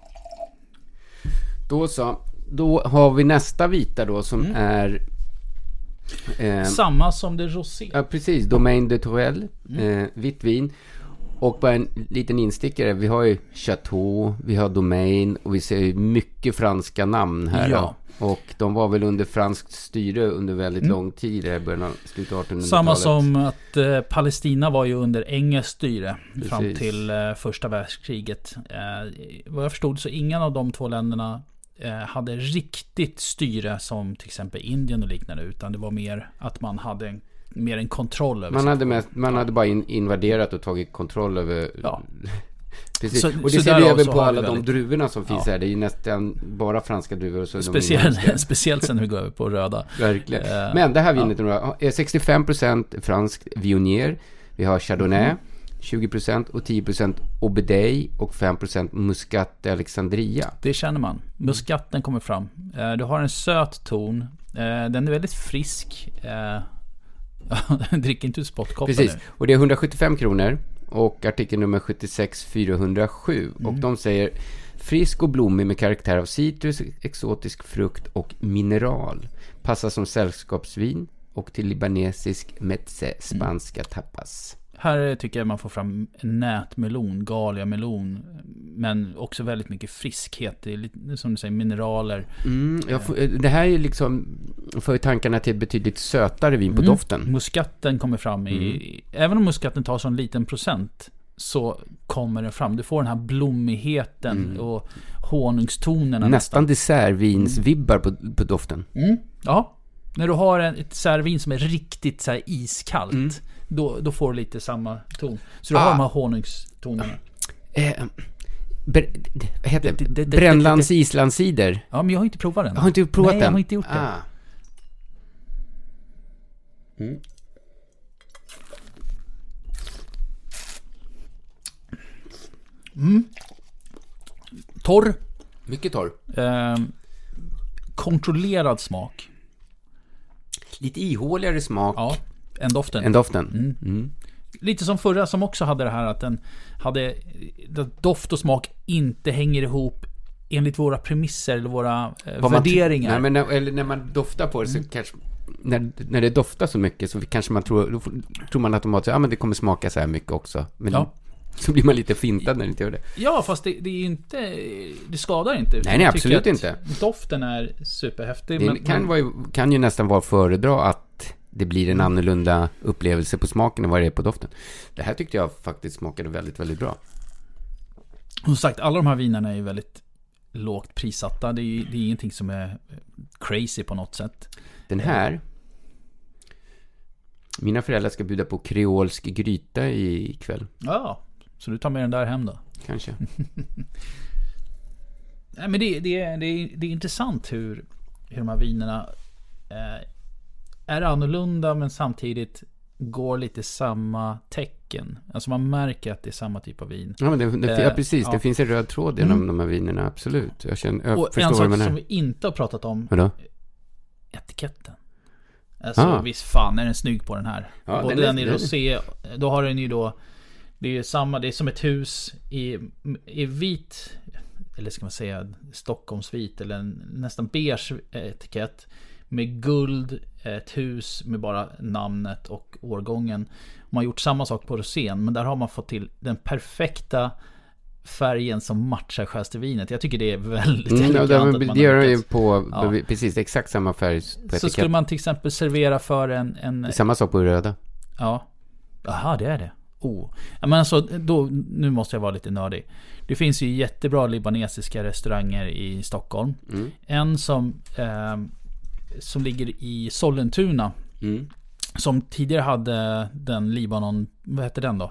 Då har vi nästa vita då som är samma som det rosé. Ja, precis. Domaine de Tourelle, vitt vin. Och bara en liten instickare. Vi har ju Chateau, vi har Domaine och vi ser mycket franska namn här. Ja. Och de var väl under franskt styre under väldigt lång tid i början av slutet av 1800-talet. Samma som att Palestina var ju under engelskt styre fram till första världskriget. Vad jag förstod så ingen av de två länderna hade riktigt styre som till exempel Indien och liknande, utan det var mer att man hade mer en kontroll över man hade bara invaderat och tagit kontroll över... Ja. Precis. Så, och det ser vi även på alla de druvorna som finns här. Det är ju nästan bara franska druvor. Så speciellt sen när vi går över på röda. Verkligen. Men det här vinet är 65% fransk Viognier. Vi har Chardonnay, 20% och 10% Aubedey och 5% Muscat Alexandria. Det känner man. Muskatten kommer fram. Du har en söt ton. Den är väldigt frisk. Drick inte ur spottkoppen. Precis. Nu. Och det är 175 kronor. Och artikel nummer 76407. Och de säger frisk och blommig med karaktär av citrus, exotisk frukt och mineral. Passar som sällskapsvin och till libanesisk mezze, spanska tapas. Här tycker jag man får fram nätmelon, galiamelon, men också väldigt mycket friskhet. Det är lite, som du säger, mineraler. Det här är liksom för tankarna till ett betydligt sötare vin på doften. Muskatten kommer fram även om muskatten tar så en liten procent, så kommer den fram. Du får den här blommigheten och honungstonerna. Nästan dessertvinsvibbar på doften. Ja, när du har ett servin som är riktigt så här iskallt, då får du lite samma ton. Så du har de här honungstonerna. Vad heter det? Brännlands islandssider. Ja, men jag har inte provat den. Har inte provat den? Nej, jag har inte gjort det. Torr. Mycket torr. Kontrollerad smak. Lite ihåligare smak. Ja, än doften. Lite som förra som också hade det här att den hade doft och smak inte hänger ihop enligt våra premisser eller våra värderingar. Nej, men när man doftar på det så kanske när det doftar så mycket så kanske man tror man automatiskt men det kommer smaka så här mycket också. Men så blir man lite fintad när det inte gör det. Ja, fast det är inte, det skadar inte. Nej, absolut inte. Doften är superhäftig. Det kan ju nästan vara föredra att det blir en annorlunda upplevelse på smaken än vad det är på doften. Det här tyckte jag faktiskt smakade väldigt, väldigt bra. Som sagt, alla de här vinerna är ju väldigt lågt prissatta. Det är ingenting som är crazy på något sätt. Den här, mina föräldrar ska bjuda på kreolsk gryta ikväll. Ja, så du tar med den där hem då? Kanske. Nej, men det är intressant hur de här vinerna är annorlunda men samtidigt går lite samma tecken. Alltså man märker att det är samma typ av vin. Ja, men precis. Det finns en röd tråd genom de här vinerna, absolut. Och en sak som vi inte har pratat om. Vadå? Etiketten. Alltså visst fan är den snygg på den här. Ja, både den i rosé, då har den ju då, det är samma, det är som ett hus i vit, eller ska man säga Stockholmsvit eller nästan beige etikett med guld, ett hus med bara namnet och årgången. Man har gjort samma sak på rosén, men där har man fått till den perfekta färgen som matchar självaste vinet. Jag tycker det är väldigt elegant. Det gör ju på precis exakt samma färg på etikett. Så skulle man till exempel servera för en samma sak på röda. Ja. Jaha, det är det. Men alltså, nu måste jag vara lite nördig. Det finns ju jättebra libanesiska restauranger i Stockholm. En som ligger i Sollentuna, som tidigare hade den Libanon, vad heter den då?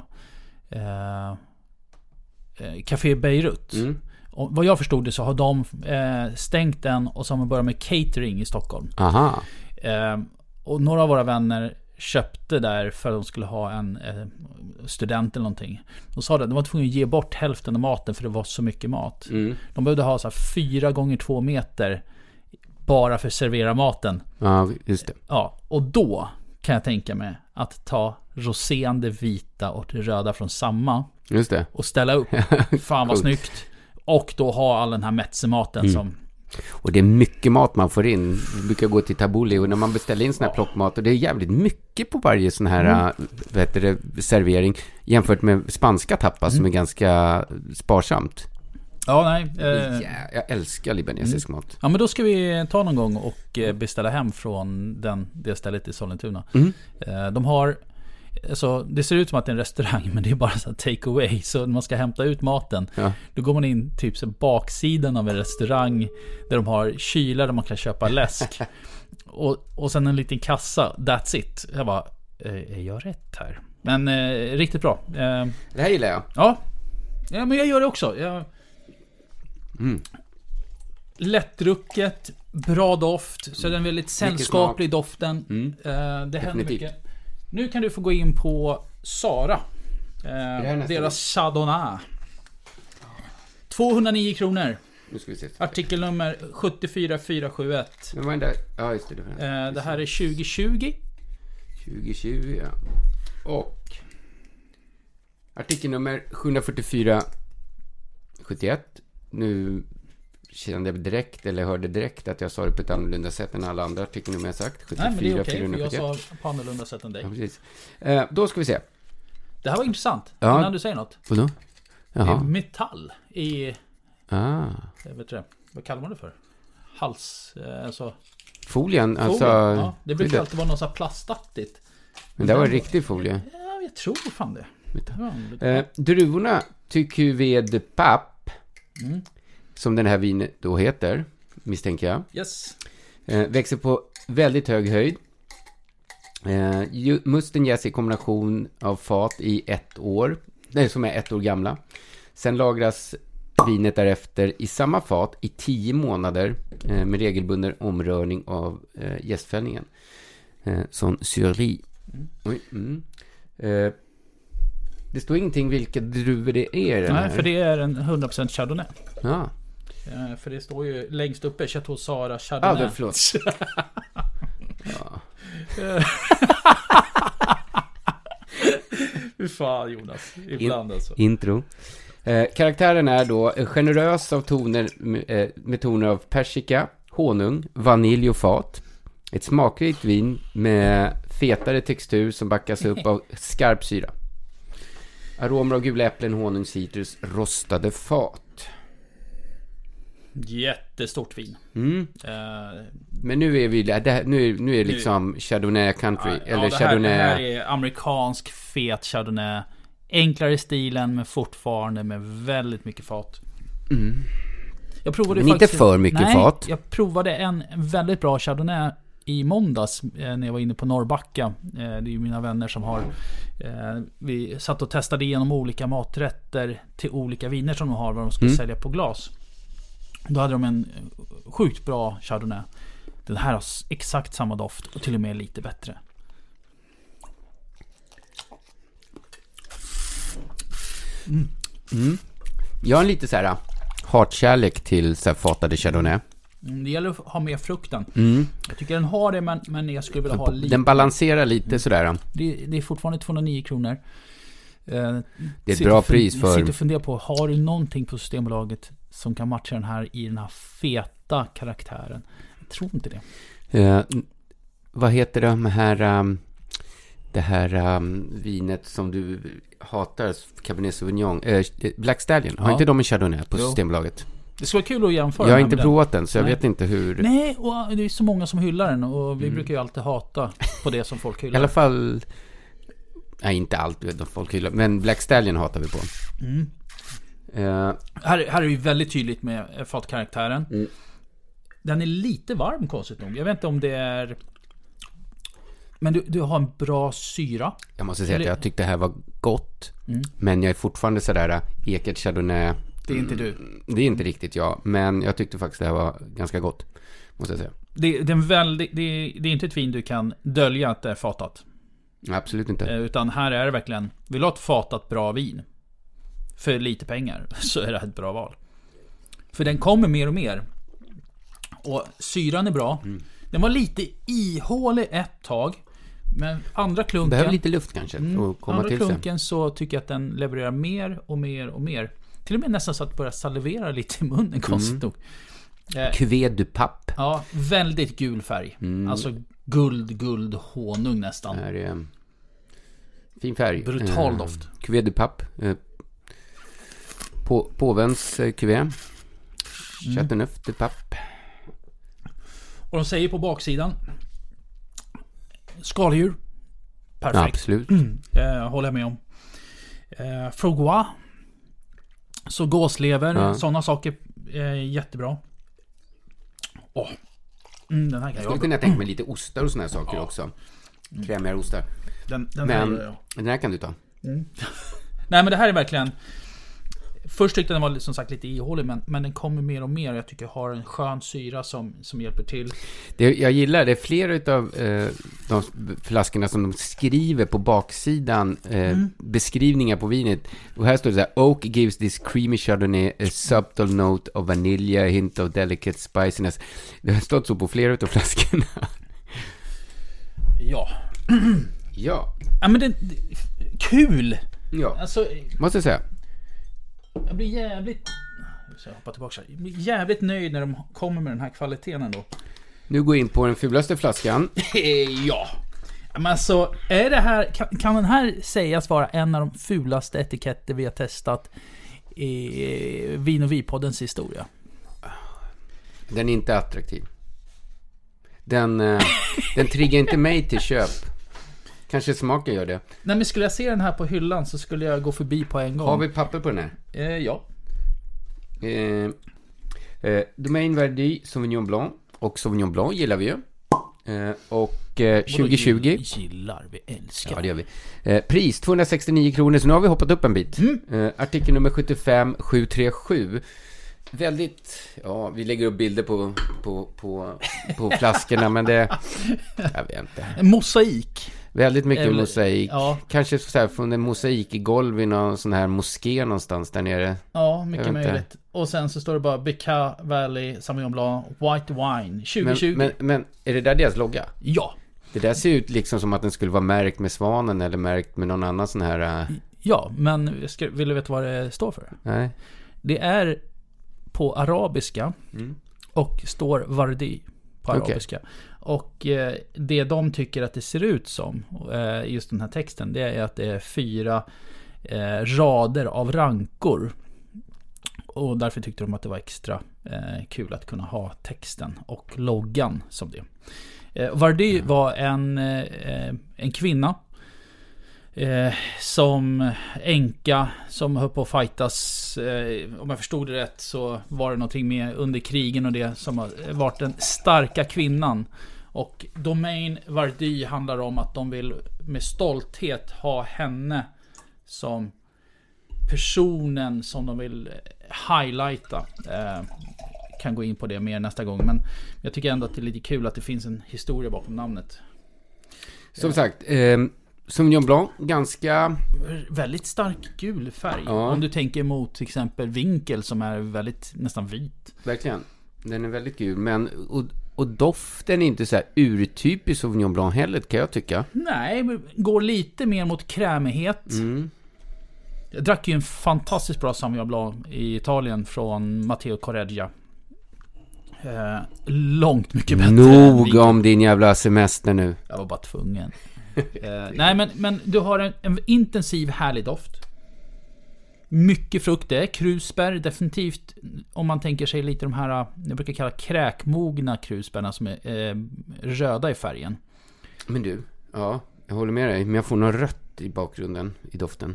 Café Beirut. Och vad jag förstod det så har de stängt den och så har man börjat med catering i Stockholm. Aha. Och några av våra vänner köpte där för att de skulle ha en student eller någonting. De sa det, de var tvungna att ge bort hälften av maten för det var så mycket mat. De behövde ha så här 4 gånger 2 meter bara för att servera maten. Ja, just det. Ja, och då kan jag tänka mig att ta roséande vita och röda från samma. Just det. Och ställa upp. Fan vad snyggt. Och då ha all den här metsematen som... Och det är mycket mat man får in. Vi brukar gå till Tabuli och när man beställer in sån här plockmat, och det är jävligt mycket på varje sån här servering jämfört med spanska tapas som är ganska sparsamt. Ja, nej. Jag älskar libanesisk mat. Ja, men då ska vi ta någon gång och beställa hem från det stället i Sollentuna. De har, alltså, det ser ut som att det är en restaurang, men det är bara så take away. Så när man ska hämta ut maten, då går man in typ så baksidan av en restaurang där de har kylar där man kan köpa läsk. och sen en liten kassa, that's it. Jag bara, är jag rätt här? Men riktigt bra. Det här gillar jag. Ja, men jag gör det också. Lättdrucket, bra doft. Så den är väldigt sällskaplig doften. Det händer mycket. Nu kan du få gå in på Sara. Deras Chardonnay. 209 kronor. Nu ska vi se. Artikelnummer 74471. Men vad är det? Ja, just det. Det här är 2020. 2020, ja. Och artikelnummer 74471. Nu kände jag direkt, eller hörde direkt att jag sa det på ett annorlunda sätt än alla andra artikelnummer jag sagt. 74, nej, men det är okej, 471. för jag sa på annorlunda sätt än dig. Ja, precis. Då ska vi se. Det här var intressant. Ja. Innan du säger något. Vadå? Jaha. Metall i... Jag vet inte, vad kallar man det för? Hals... alltså... Folien, alltså... Ja, det brukar alltid vara något så här plastaktigt. Men det var riktig folie. Ja, jag tror fan det. Druvorna Tucuvé de Pape, som den här vinet då heter, misstänker jag. Yes. Växer på väldigt hög höjd. Musten jäser i kombination av fat i 1 år. Nej, som är 1 år gamla. Sen lagras vinet därefter i samma fat i 10 månader med regelbunden omrörning av jästfällningen. Sån syrli. Det står ingenting vilka druvor det är. Nej, för det är en 100% Chardonnay. Ja. För det står ju längst uppe Chateau Sara Chardonnay. Ja, förlåt. Hur fan, Jonas? Ibland alltså. Intro. Karaktären är då generös av toner med toner av persika, honung, vanilj och fat. Ett smakrikt vin med fetare textur som backas upp av skarp syra. Aromer av gula äpplen, honung, citrus, rostade fat. Jättestort vin. Men nu är vi nu är liksom Chardonnay country eller Chardonnay. Det här är amerikansk fet Chardonnay. Enklare stilen men fortfarande med väldigt mycket fat. Jag provade men inte för mycket fat. Jag provade en väldigt bra Chardonnay i måndags när jag var inne på Norrbacka. Det är ju mina vänner som har vi satt och testade igenom olika maträtter till olika viner som de har, vad de skulle sälja på glas. Då hade de en sjukt bra Chardonnay. Den här har exakt samma doft och till och med lite bättre. Jag har en lite så här hatkärlek till så här fatade Chardonnay. Det gäller att ha med frukten. Jag tycker den har det, men jag skulle vilja ha lite. Den balanserar lite sådär. Det är fortfarande 209 kronor. Det är ett bra pris för... Jag sitter och funderar på, har du någonting på Systembolaget som kan matcha den här i den här feta karaktären? Jag tror inte det. Vad heter det här vinet som du hatar, Cabernet Sauvignon, Black Stallion? Har inte de en Chardonnay på Systembolaget? Det skulle vara kul att jämföra. Jag har inte provat den, så jag vet inte hur... Nej, och det är så många som hyllar den. Och vi brukar ju alltid hata på det som folk hyllar. I alla fall... Nej, inte allt folk hyllar. Men Black Stallion hatar vi på. Här är ju väldigt tydligt med fatkaraktären. Den är lite varm, konstigt nog. Jag vet inte om det är... Men du har en bra syra. Jag måste säga att jag tyckte det här var gott. Men jag är fortfarande sådär eket Chardonnay. Det är inte du. Det är inte riktigt jag. Men jag tyckte faktiskt det här var ganska gott, måste jag säga. Det är inte ett vin du kan dölja att det är fatat. Absolut inte. Utan här är det verkligen, vill du ha ett fatat bra vin för lite pengar, så är det ett bra val. För den kommer mer och mer. Och syran är bra. Den var lite ihålig ett tag. Men andra klunken... Behöver lite luft kanske att komma andra till klunken så tycker jag att den levererar mer och mer och mer. Till och med nästan så att börja salivera lite i munnen, konstigt nog. Cuvée du Pape. Ja, väldigt gul färg. Alltså guld, honung nästan. Det här är fin färg. Brutal doft. Cuvée du Pape. Påvens kuvé. Chateauneuf de Pape. Och de säger på baksidan skaldjur. Perfekt. Absolut. Håller jag med om. Foie. Så gåslever. Sådana saker är jättebra. Den här kan jag skulle kunna tänka mig lite ostar och såna här saker också. Krämigare ostar. Den här kan du ta. Nej, men det här är verkligen... Först tyckte den var som sagt lite ihålig, men den kommer mer och mer. Jag tycker jag har en skön syra som hjälper till. Jag gillar det. Flera av de flaskorna som de skriver på baksidan, beskrivningar på vinet. Och här står det så här: Oak gives this creamy chardonnay a subtle note of vanilla, a hint of delicate spiciness. Det har stått så på flera av flaskorna. Ja. Ja. Ja, men det kul. Ja. Alltså, måste jag säga. Jag blir jävligt... Jag hoppar tillbaka. Jag blir jävligt nöjd när de kommer med den här kvaliteten ändå. Nu går in på den fulaste flaskan. Ja. Men alltså, är det här... Kan den här sägas vara en av de fulaste etiketter vi har testat i Vin och Vi-poddens historia? Den är inte attraktiv. Den triggar inte mig till köp. Kanske smaken gör det. Nej, men skulle jag se den här på hyllan så skulle jag gå förbi på en gång. Har vi papper på den här? Ja. Domaine Verdi Sauvignon Blanc. Och Sauvignon Blanc gillar vi ju. Och 2020. Gillar, vi älskar. Ja, det gör vi. Pris 269 kronor, så nu har vi hoppat upp en bit. Artikel nummer 75737. Väldigt, ja, vi lägger upp bilder på flaskorna, men det, jag vet inte. Mosaik. Väldigt mycket mosaik. Ja. Kanske så här från en mosaik i golv i någon sån här moské någonstans där nere. Ja, mycket möjligt. Och sen så står det bara Beca Valley Sauvignon Blanc White Wine 2020. Men är det där deras logga? Ja. Det där ser ut liksom som att den skulle vara märkt med svanen eller märkt med någon annan sån här... Ja, men vill du veta vad det står för? Nej. Det är på arabiska och står Vardi på arabiska. Och det de tycker att det ser ut som, just den här texten, det är att det är 4 rader av rankor. Och därför tyckte de att det var extra kul att kunna ha texten och loggan som det. Vardi var en kvinna som änka som höll på att fightas, om jag förstod det rätt så var det någonting med under krigen och det som har varit den starka kvinnan. Och Domaine Verdi handlar om att de vill med stolthet ha henne som personen som de vill highlighta. Kan gå in på det mer nästa gång, men jag tycker ändå att det är lite kul att det finns en historia bakom namnet. Som sagt, Sauvignon Blanc, ganska... Väldigt stark gul färg. Ja. Om du tänker mot till exempel Vinkel som är väldigt nästan vit. Verkligen, den är väldigt gul. Men, och doften är inte så här urtypisk Sauvignon Blanc heller, kan jag tycka. Nej, men går lite mer mot krämighet. Jag drack ju en fantastiskt bra Sauvignon Blanc i Italien från Matteo Correggia. Långt mycket bättre. Nog om din jävla semester nu. Jag var bara tvungen. Nej, men du har en intensiv härlig doft. Mycket frukt, det är krusbär definitivt. Om man tänker sig lite de här, jag brukar kalla kräkmogna krusbärna som är röda i färgen. Men du, ja, jag håller med dig. Men jag får något rött i bakgrunden i doften.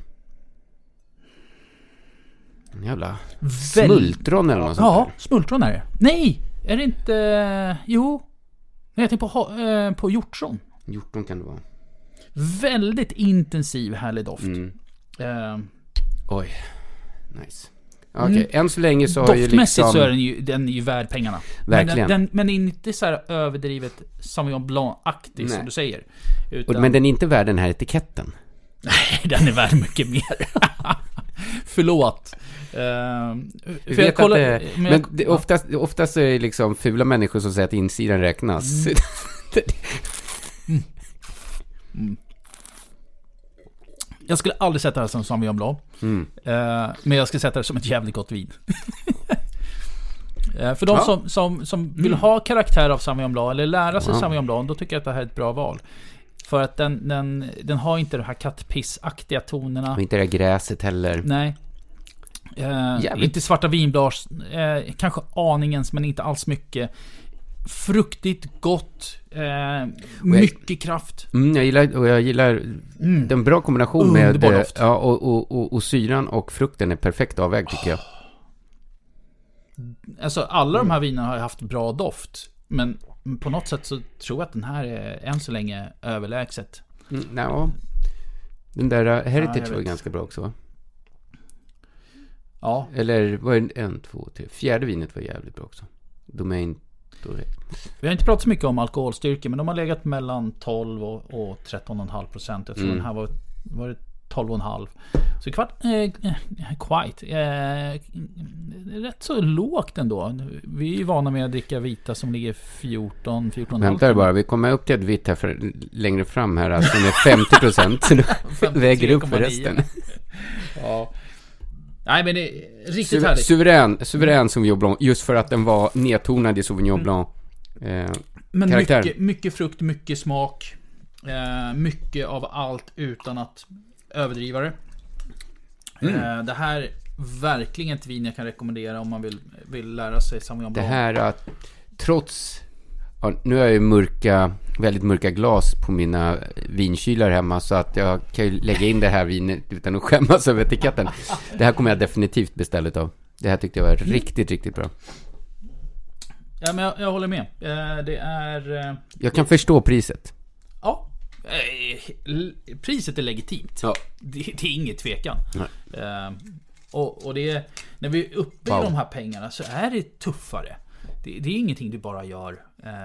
En jävla smultron eller något sånt. Ja, smultron är det. Nej, är det inte... Jo, jag tänker på hjortron. Hjortron kan det vara. Väldigt intensiv, härlig doft. Oj, nice. Okej, än så länge så har ju liksom... Doftmässigt så är den är ju värd pengarna. Verkligen. Men inte så här överdrivet Sauvignon Blanc-aktig som du säger. Utan... Men den är inte värd den här etiketten. Nej, den är värd mycket mer. Förlåt. För jag kollar, oftast är det liksom fula människor som säger att insidan räknas. Jag skulle aldrig sätta det som Sauvignon Blanc. Men jag skulle sätta det som ett jävligt gott vin. För de som vill ha karaktär av Sauvignon Blanc eller lära sig Sauvignon Blanc, då tycker jag att det här är ett bra val. För att den har inte de här kattpissaktiga tonerna. Och inte det gräset heller. Nej. Lite svarta vinblad, kanske aningens, men inte alls mycket. Fruktigt, gott, mycket kraft. Jag gillar den bra kombination med doft. och syran och frukten är perfekt avvägd tycker jag. Alltså alla de här vinerna har haft bra doft, men på något sätt så tror jag att den här är än så länge överlägset. Den där Heritage var ganska bra också, va? Ja. Eller var det 1, 2, 3. Fjärde vinet var jävligt bra också. Domain. Vi har inte pratat så mycket om alkoholstyrka, men de har legat mellan 12 och 13,5%. Jag tror den här var det 12,5. Så rätt så lågt ändå. Vi är ju vana med att dricka vita som ligger 14,5. Vänta bara, vi kommer upp till ett vitt här längre fram här, alltså med 50%. Så du väger upp för resten. Ja. Nej, men det är riktigt härligt. Suverän Sauvignon Blanc, just för att den var nedtonad i Sauvignon Blanc. Men mycket frukt, mycket smak. Mycket av allt utan att överdriva det. Det här är verkligen ett vin jag kan rekommendera om man vill lära sig Sauvignon Blanc. Det här, trots... Ja, nu har jag ju väldigt mörka glas på mina vinkylar hemma, så att jag kan ju lägga in det här vinet utan att skämmas över etiketten. Det här kommer jag definitivt beställa av. Det här tyckte jag var riktigt, riktigt bra. Ja, men jag håller med. Det är... Jag kan förstå priset. Ja. Priset är legitimt. Ja. Det är inget tvekan. Och det är... När vi är uppe i de här pengarna så är det tuffare. Det är ingenting du bara gör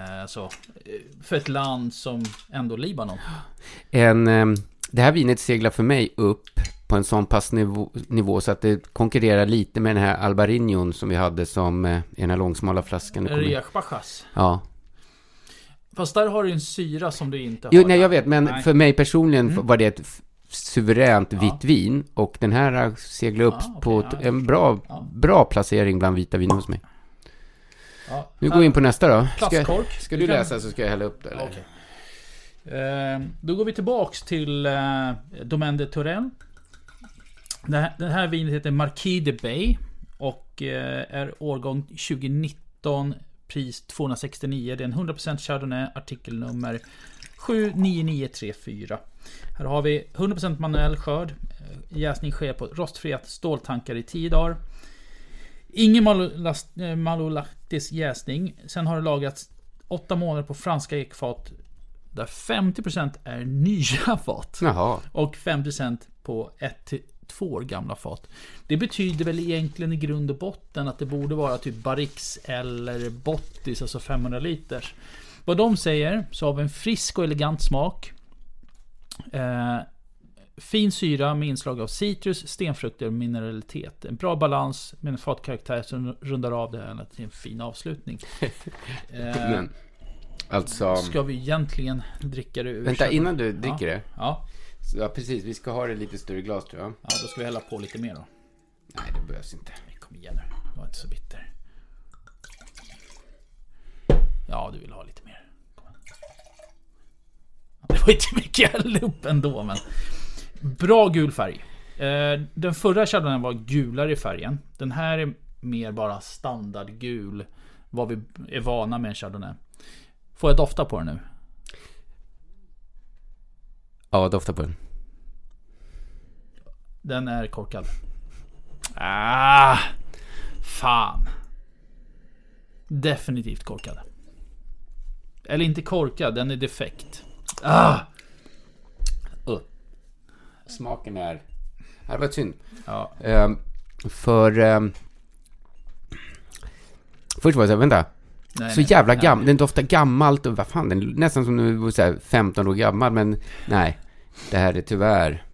för ett land som ändå Libanon. Det här vinet seglar för mig upp på en sån pass nivå så att det konkurrerar lite med den här Albarinion som vi hade som den här långsmala flaskan. Riyad Bachas. Ja. Fast där har du en syra som du inte har. Jo, nej, jag vet, men för mig personligen var det ett suveränt vitt vin, och den här seglar upp på en bra placering bland vita viner hos mig. Ja. Nu går vi in på nästa då. Ska du läsa så ska jag hälla upp det? Eller? Okay. Då går vi tillbaks till Domaine de Touraine. Det här vinet heter Marquis de Bay och är årgång 2019, pris 269. Det är en 100% Chardonnay, artikelnummer 79934. Här har vi 100% manuell skörd. Jäsning sker på rostfriat ståltankar i 10 dagar. Ingen malolaktisk jäsning. Sen har det lagats 8 månader på franska ekfat, där 50% är nya fat. Jaha. Och 5% på 1-2 år gamla fat. Det betyder väl egentligen i grund och botten att det borde vara typ Barriques eller Bottis, alltså 500 liters. Vad de säger, så har vi en frisk och elegant smak. Fin syra med inslag av citrus, stenfrukter och mineralitet. En bra balans med en fatkaraktär som rundar av det här till en fin avslutning. Men, alltså... Ska vi egentligen dricka det ur? Vänta, innan du dricker det. Ja. Så, ja, precis. Vi ska ha det lite större glas, tror jag. Ja, då ska vi hälla på lite mer då. Nej, det behövs inte. Kom igen nu. Var inte så bitter. Ja, du vill ha lite mer. Det var inte mycket jag hällde upp ändå, men... Bra gul färg. Den förra Chardonnay var gulare i färgen. Den här är mer bara standardgul, vad vi är vana med en Chardonnay. Får jag dofta på den nu? Ja, dofta på den. Den är korkad. Fan. Definitivt korkad. Eller inte korkad, den är defekt. Smaken är... Det var synd. Ja. Först var det så här, vänta. Nej, jävla gammal. Den doftar gammalt och vad fan, den nästan som nu var så här 15 år gammal, men nej. Det här är tyvärr.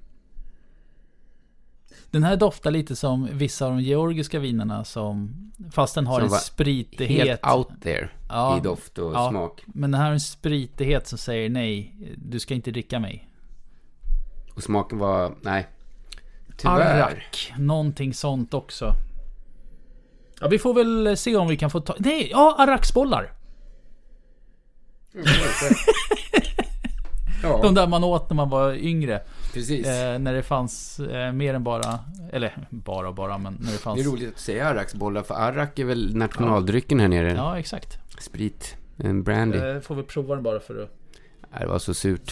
Den här doftar lite som vissa av de georgiska vinerna som, fast den har en spritighet helt out there i doft och smak. Men den här har en spritighet som säger nej, du ska inte dricka mig. Och smaken var, nej. Tyvärr. Arak, någonting sånt också. Ja, vi får väl se om vi kan få ta... Nej, ja, araksbollar. Ja. De där man åt när man var yngre. Precis. När det fanns mer än bara, eller bara, men när det fanns... Det är roligt att säga arraksbollar, för arrak är väl nationaldrycken här nere. Ja, exakt. Sprit, en brandy. Får vi prova den bara för att... Det var så surt.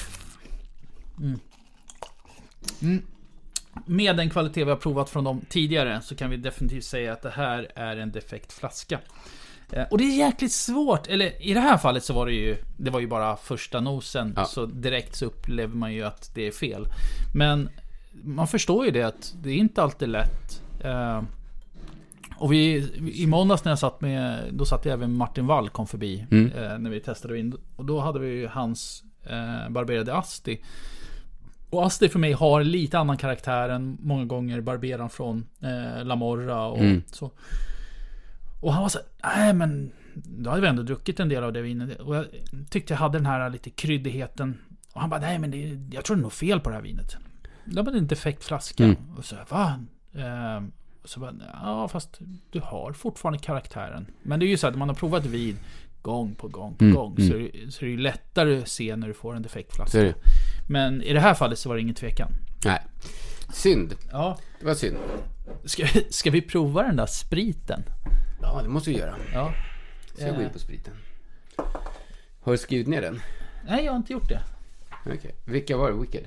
Med den kvalitet vi har provat från dem tidigare så kan vi definitivt säga att det här är en defekt flaska. Och det är jäkligt svårt, eller i det här fallet så var det var ju bara första nosen, så direkt så upplever man ju att det är fel. Men man förstår ju det att det är inte alltid lätt. Och i måndags när jag satt med, då satt jag även Martin Wall kom förbi när vi testade vin, och då hade vi ju hans barberade Asti. Och Asti för mig har lite annan karaktär än många gånger barberan från La Morra och så. Och han var så här, nej men då hade vi ändå druckit en del av det vinet. Och jag tyckte jag hade den här lite kryddigheten. Och han bara, nej men jag tror det är nog fel på det här vinet. Det var en defekt flaska. Och så va? Så bara, ja fast du har fortfarande karaktären. Men det är ju så att man har provat vin gång på gång så är det ju lättare att se när du får en defekt flaska. Men i det här fallet så var det ingen tvekan. Nej. Synd. Ja. Det var synd. Ska vi prova den där spriten? Ja, det måste vi göra. Ja. Ska jag gå in på spriten? Har du skrivit ner den? Nej, jag har inte gjort det. Okej. Vilka var det? Wicked?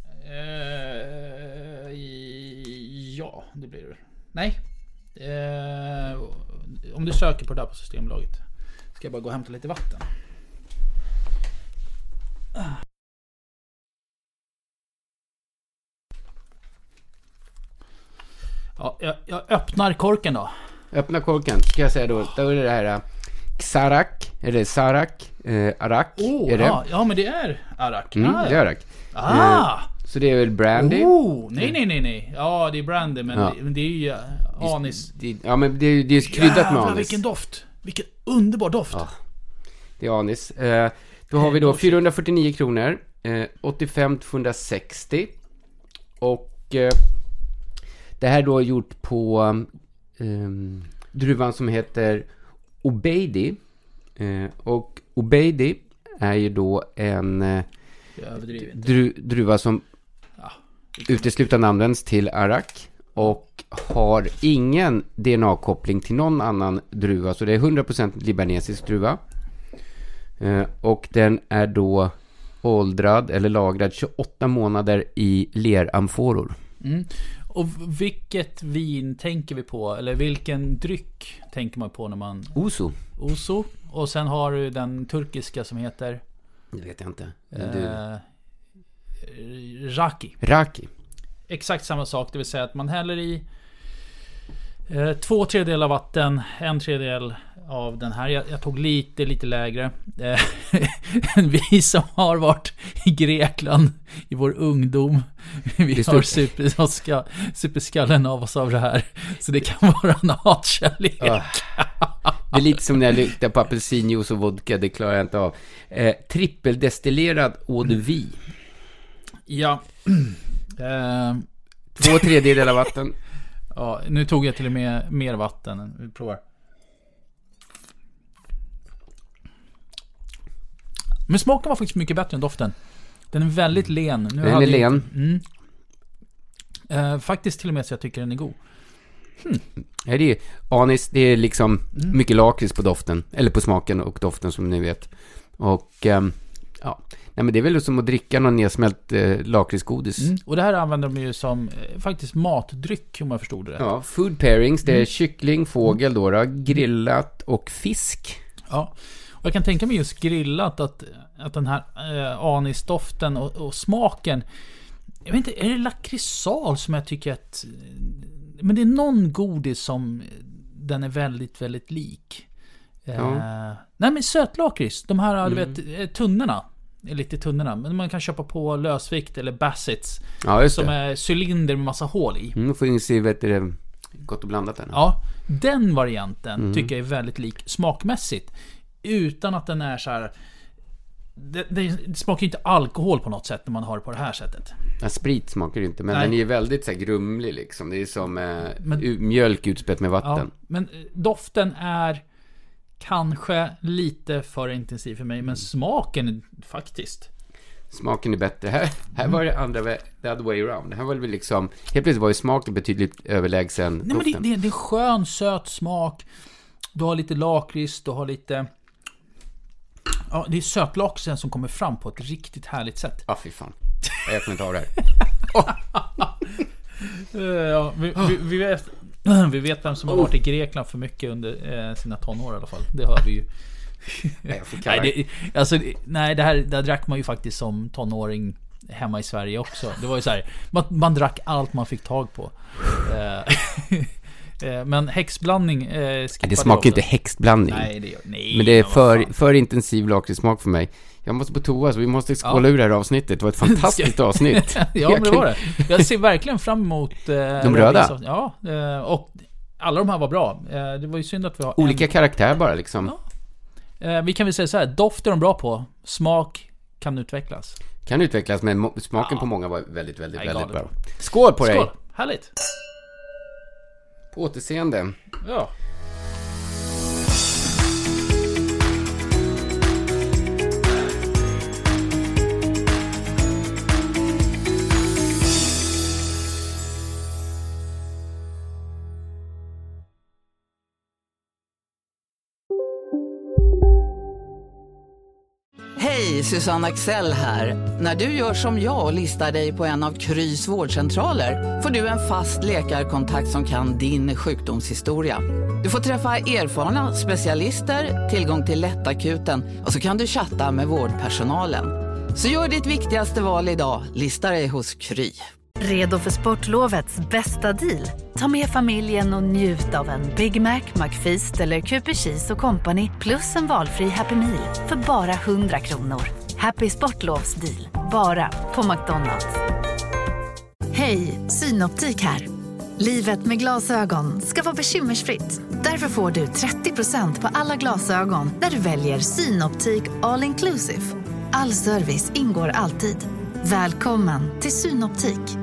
Ja, det blir det. Nej. Om du söker på det där på Systembolaget. Ska jag bara gå och hämta lite vatten. Ja, jag öppnar korken då. Öppna korken, ska jag säga då. Då är det här Xarak, eller Sarak, Arak. Är det? Ja, men det är Arak. Det är Arak. Så det är väl brandy? Nej. Ja, det är brandy, men det är ju anis. Ja, men det är kryddat med anis. Vilken doft. Vilken underbar doft. Ja, det är anis. Då har vi då 449 kronor. 85-260. Och det här då är gjort på druvan som heter Obeidi. Och Obeidi är ju då en druva som uteslutande används till arak och har ingen DNA-koppling till någon annan druva. Så det är 100% libanesisk druva. Och den är då åldrad eller lagrad 28 månader i leramforor. Och vilket vin tänker vi på? Eller vilken dryck tänker man på när man... Ouzo. Och sen har du den turkiska som heter... Det vet jag inte. Raki. Exakt samma sak. Det vill säga att man häller i 2/3 vatten, 1/3 av den här. Jag tog lite lägre. Vi som har varit i Grekland i vår ungdom, vi har superskallen av oss av det här. Så det kan vara en hatkärlek. Det är lite som när jag luktar på apelsinjuice och vodka. Det klarar jag inte av. Trippeldestillerad eau de vie. Ja. 2/3 vatten. Ja, nu tog jag till och med mer vatten. Vi provar. Men smaken var faktiskt mycket bättre än doften. Den är väldigt len. Den är len. Faktiskt till och med så jag tycker den är god. Ja, det är anis. Det är liksom mycket lakrits på doften. Eller på smaken och doften som ni vet. Och nej, men det är väl som att dricka någon nedsmält lakritsgodis. Och det här använder de ju som faktiskt matdryck om jag förstod det rätt. Ja, food pairings. Det är kyckling, fågel då, grillat och fisk. Ja, och jag kan tänka mig just grillat att den här anisdoften och smaken, jag vet inte, är det lakritsal som jag tycker att, men det är någon godis som den är väldigt, väldigt lik. Nej, men sötlakrits, de här du vet, tunnorna. Lite tunnorna, men man kan köpa på lösvikt eller Bassets som är cylinder med massa hål i. Får in sig, vet du, gott och blandat den. Ja, den varianten tycker jag är väldigt lik smakmässigt, utan att den är så här. Det smakar ju inte alkohol på något sätt när man har det på det här sättet. Ja, sprit smakar ju inte, men den är väldigt så här grumlig liksom. Det är som mjölk utspätt med vatten. Ja, men doften är kanske lite för intensiv för mig, men smaken faktiskt. Smaken är bättre. Här var det andra, the other way around. Här var det liksom, helt plötsligt var ju smaken betydligt överlägsen. Nej, men det är en skön, söt smak. Du har lite lakrits, du har lite... Ja, det är sötlaksen som kommer fram på ett riktigt härligt sätt. Ja, fy fan. Jag kan inte ha det här. Ja, vi vet vem som har varit i Grekland för mycket under sina tonår i alla fall. Det hör vi ju. Det här drack man ju faktiskt som tonåring hemma i Sverige också. Det var ju så här, man drack allt man fick tag på. Men häxblandning det smakar inte häxblandning. Nej, men det är för intensiv lakritssmak för mig. Jag måste på toa, så vi måste skåla ur det här avsnittet. Det var ett fantastiskt avsnitt. Ja, men det var det. Jag ser verkligen fram emot de röda. Ja, och alla de här var bra. Det var ju synd att vi har olika karaktär bara liksom. Ja. Vi kan väl säga så här, doft är de bra på. Smak kan utvecklas. Men smaken på många var väldigt bra. Skål på dig. Skål, härligt. På återseende. Ja. Hej, Susanne Axel här. När du gör som jag och listar dig på en av Krys vårdcentraler får du en fast läkarkontakt som kan din sjukdomshistoria. Du får träffa erfarna specialister, tillgång till lättakuten och så kan du chatta med vårdpersonalen. Så gör ditt viktigaste val idag, lista dig hos Kry. Redo för sportlovets bästa deal? Ta med familjen och njut av en Big Mac, McFeast eller Cooper Cheese och Company plus en valfri Happy Meal för bara 100 kronor. Happy Sportlovs deal, bara på McDonalds. Hej, Synoptik här. Livet med glasögon ska vara bekymmersfritt. Därför får du 30% på alla glasögon när du väljer Synoptik All Inclusive. All service ingår alltid. Välkommen till Synoptik.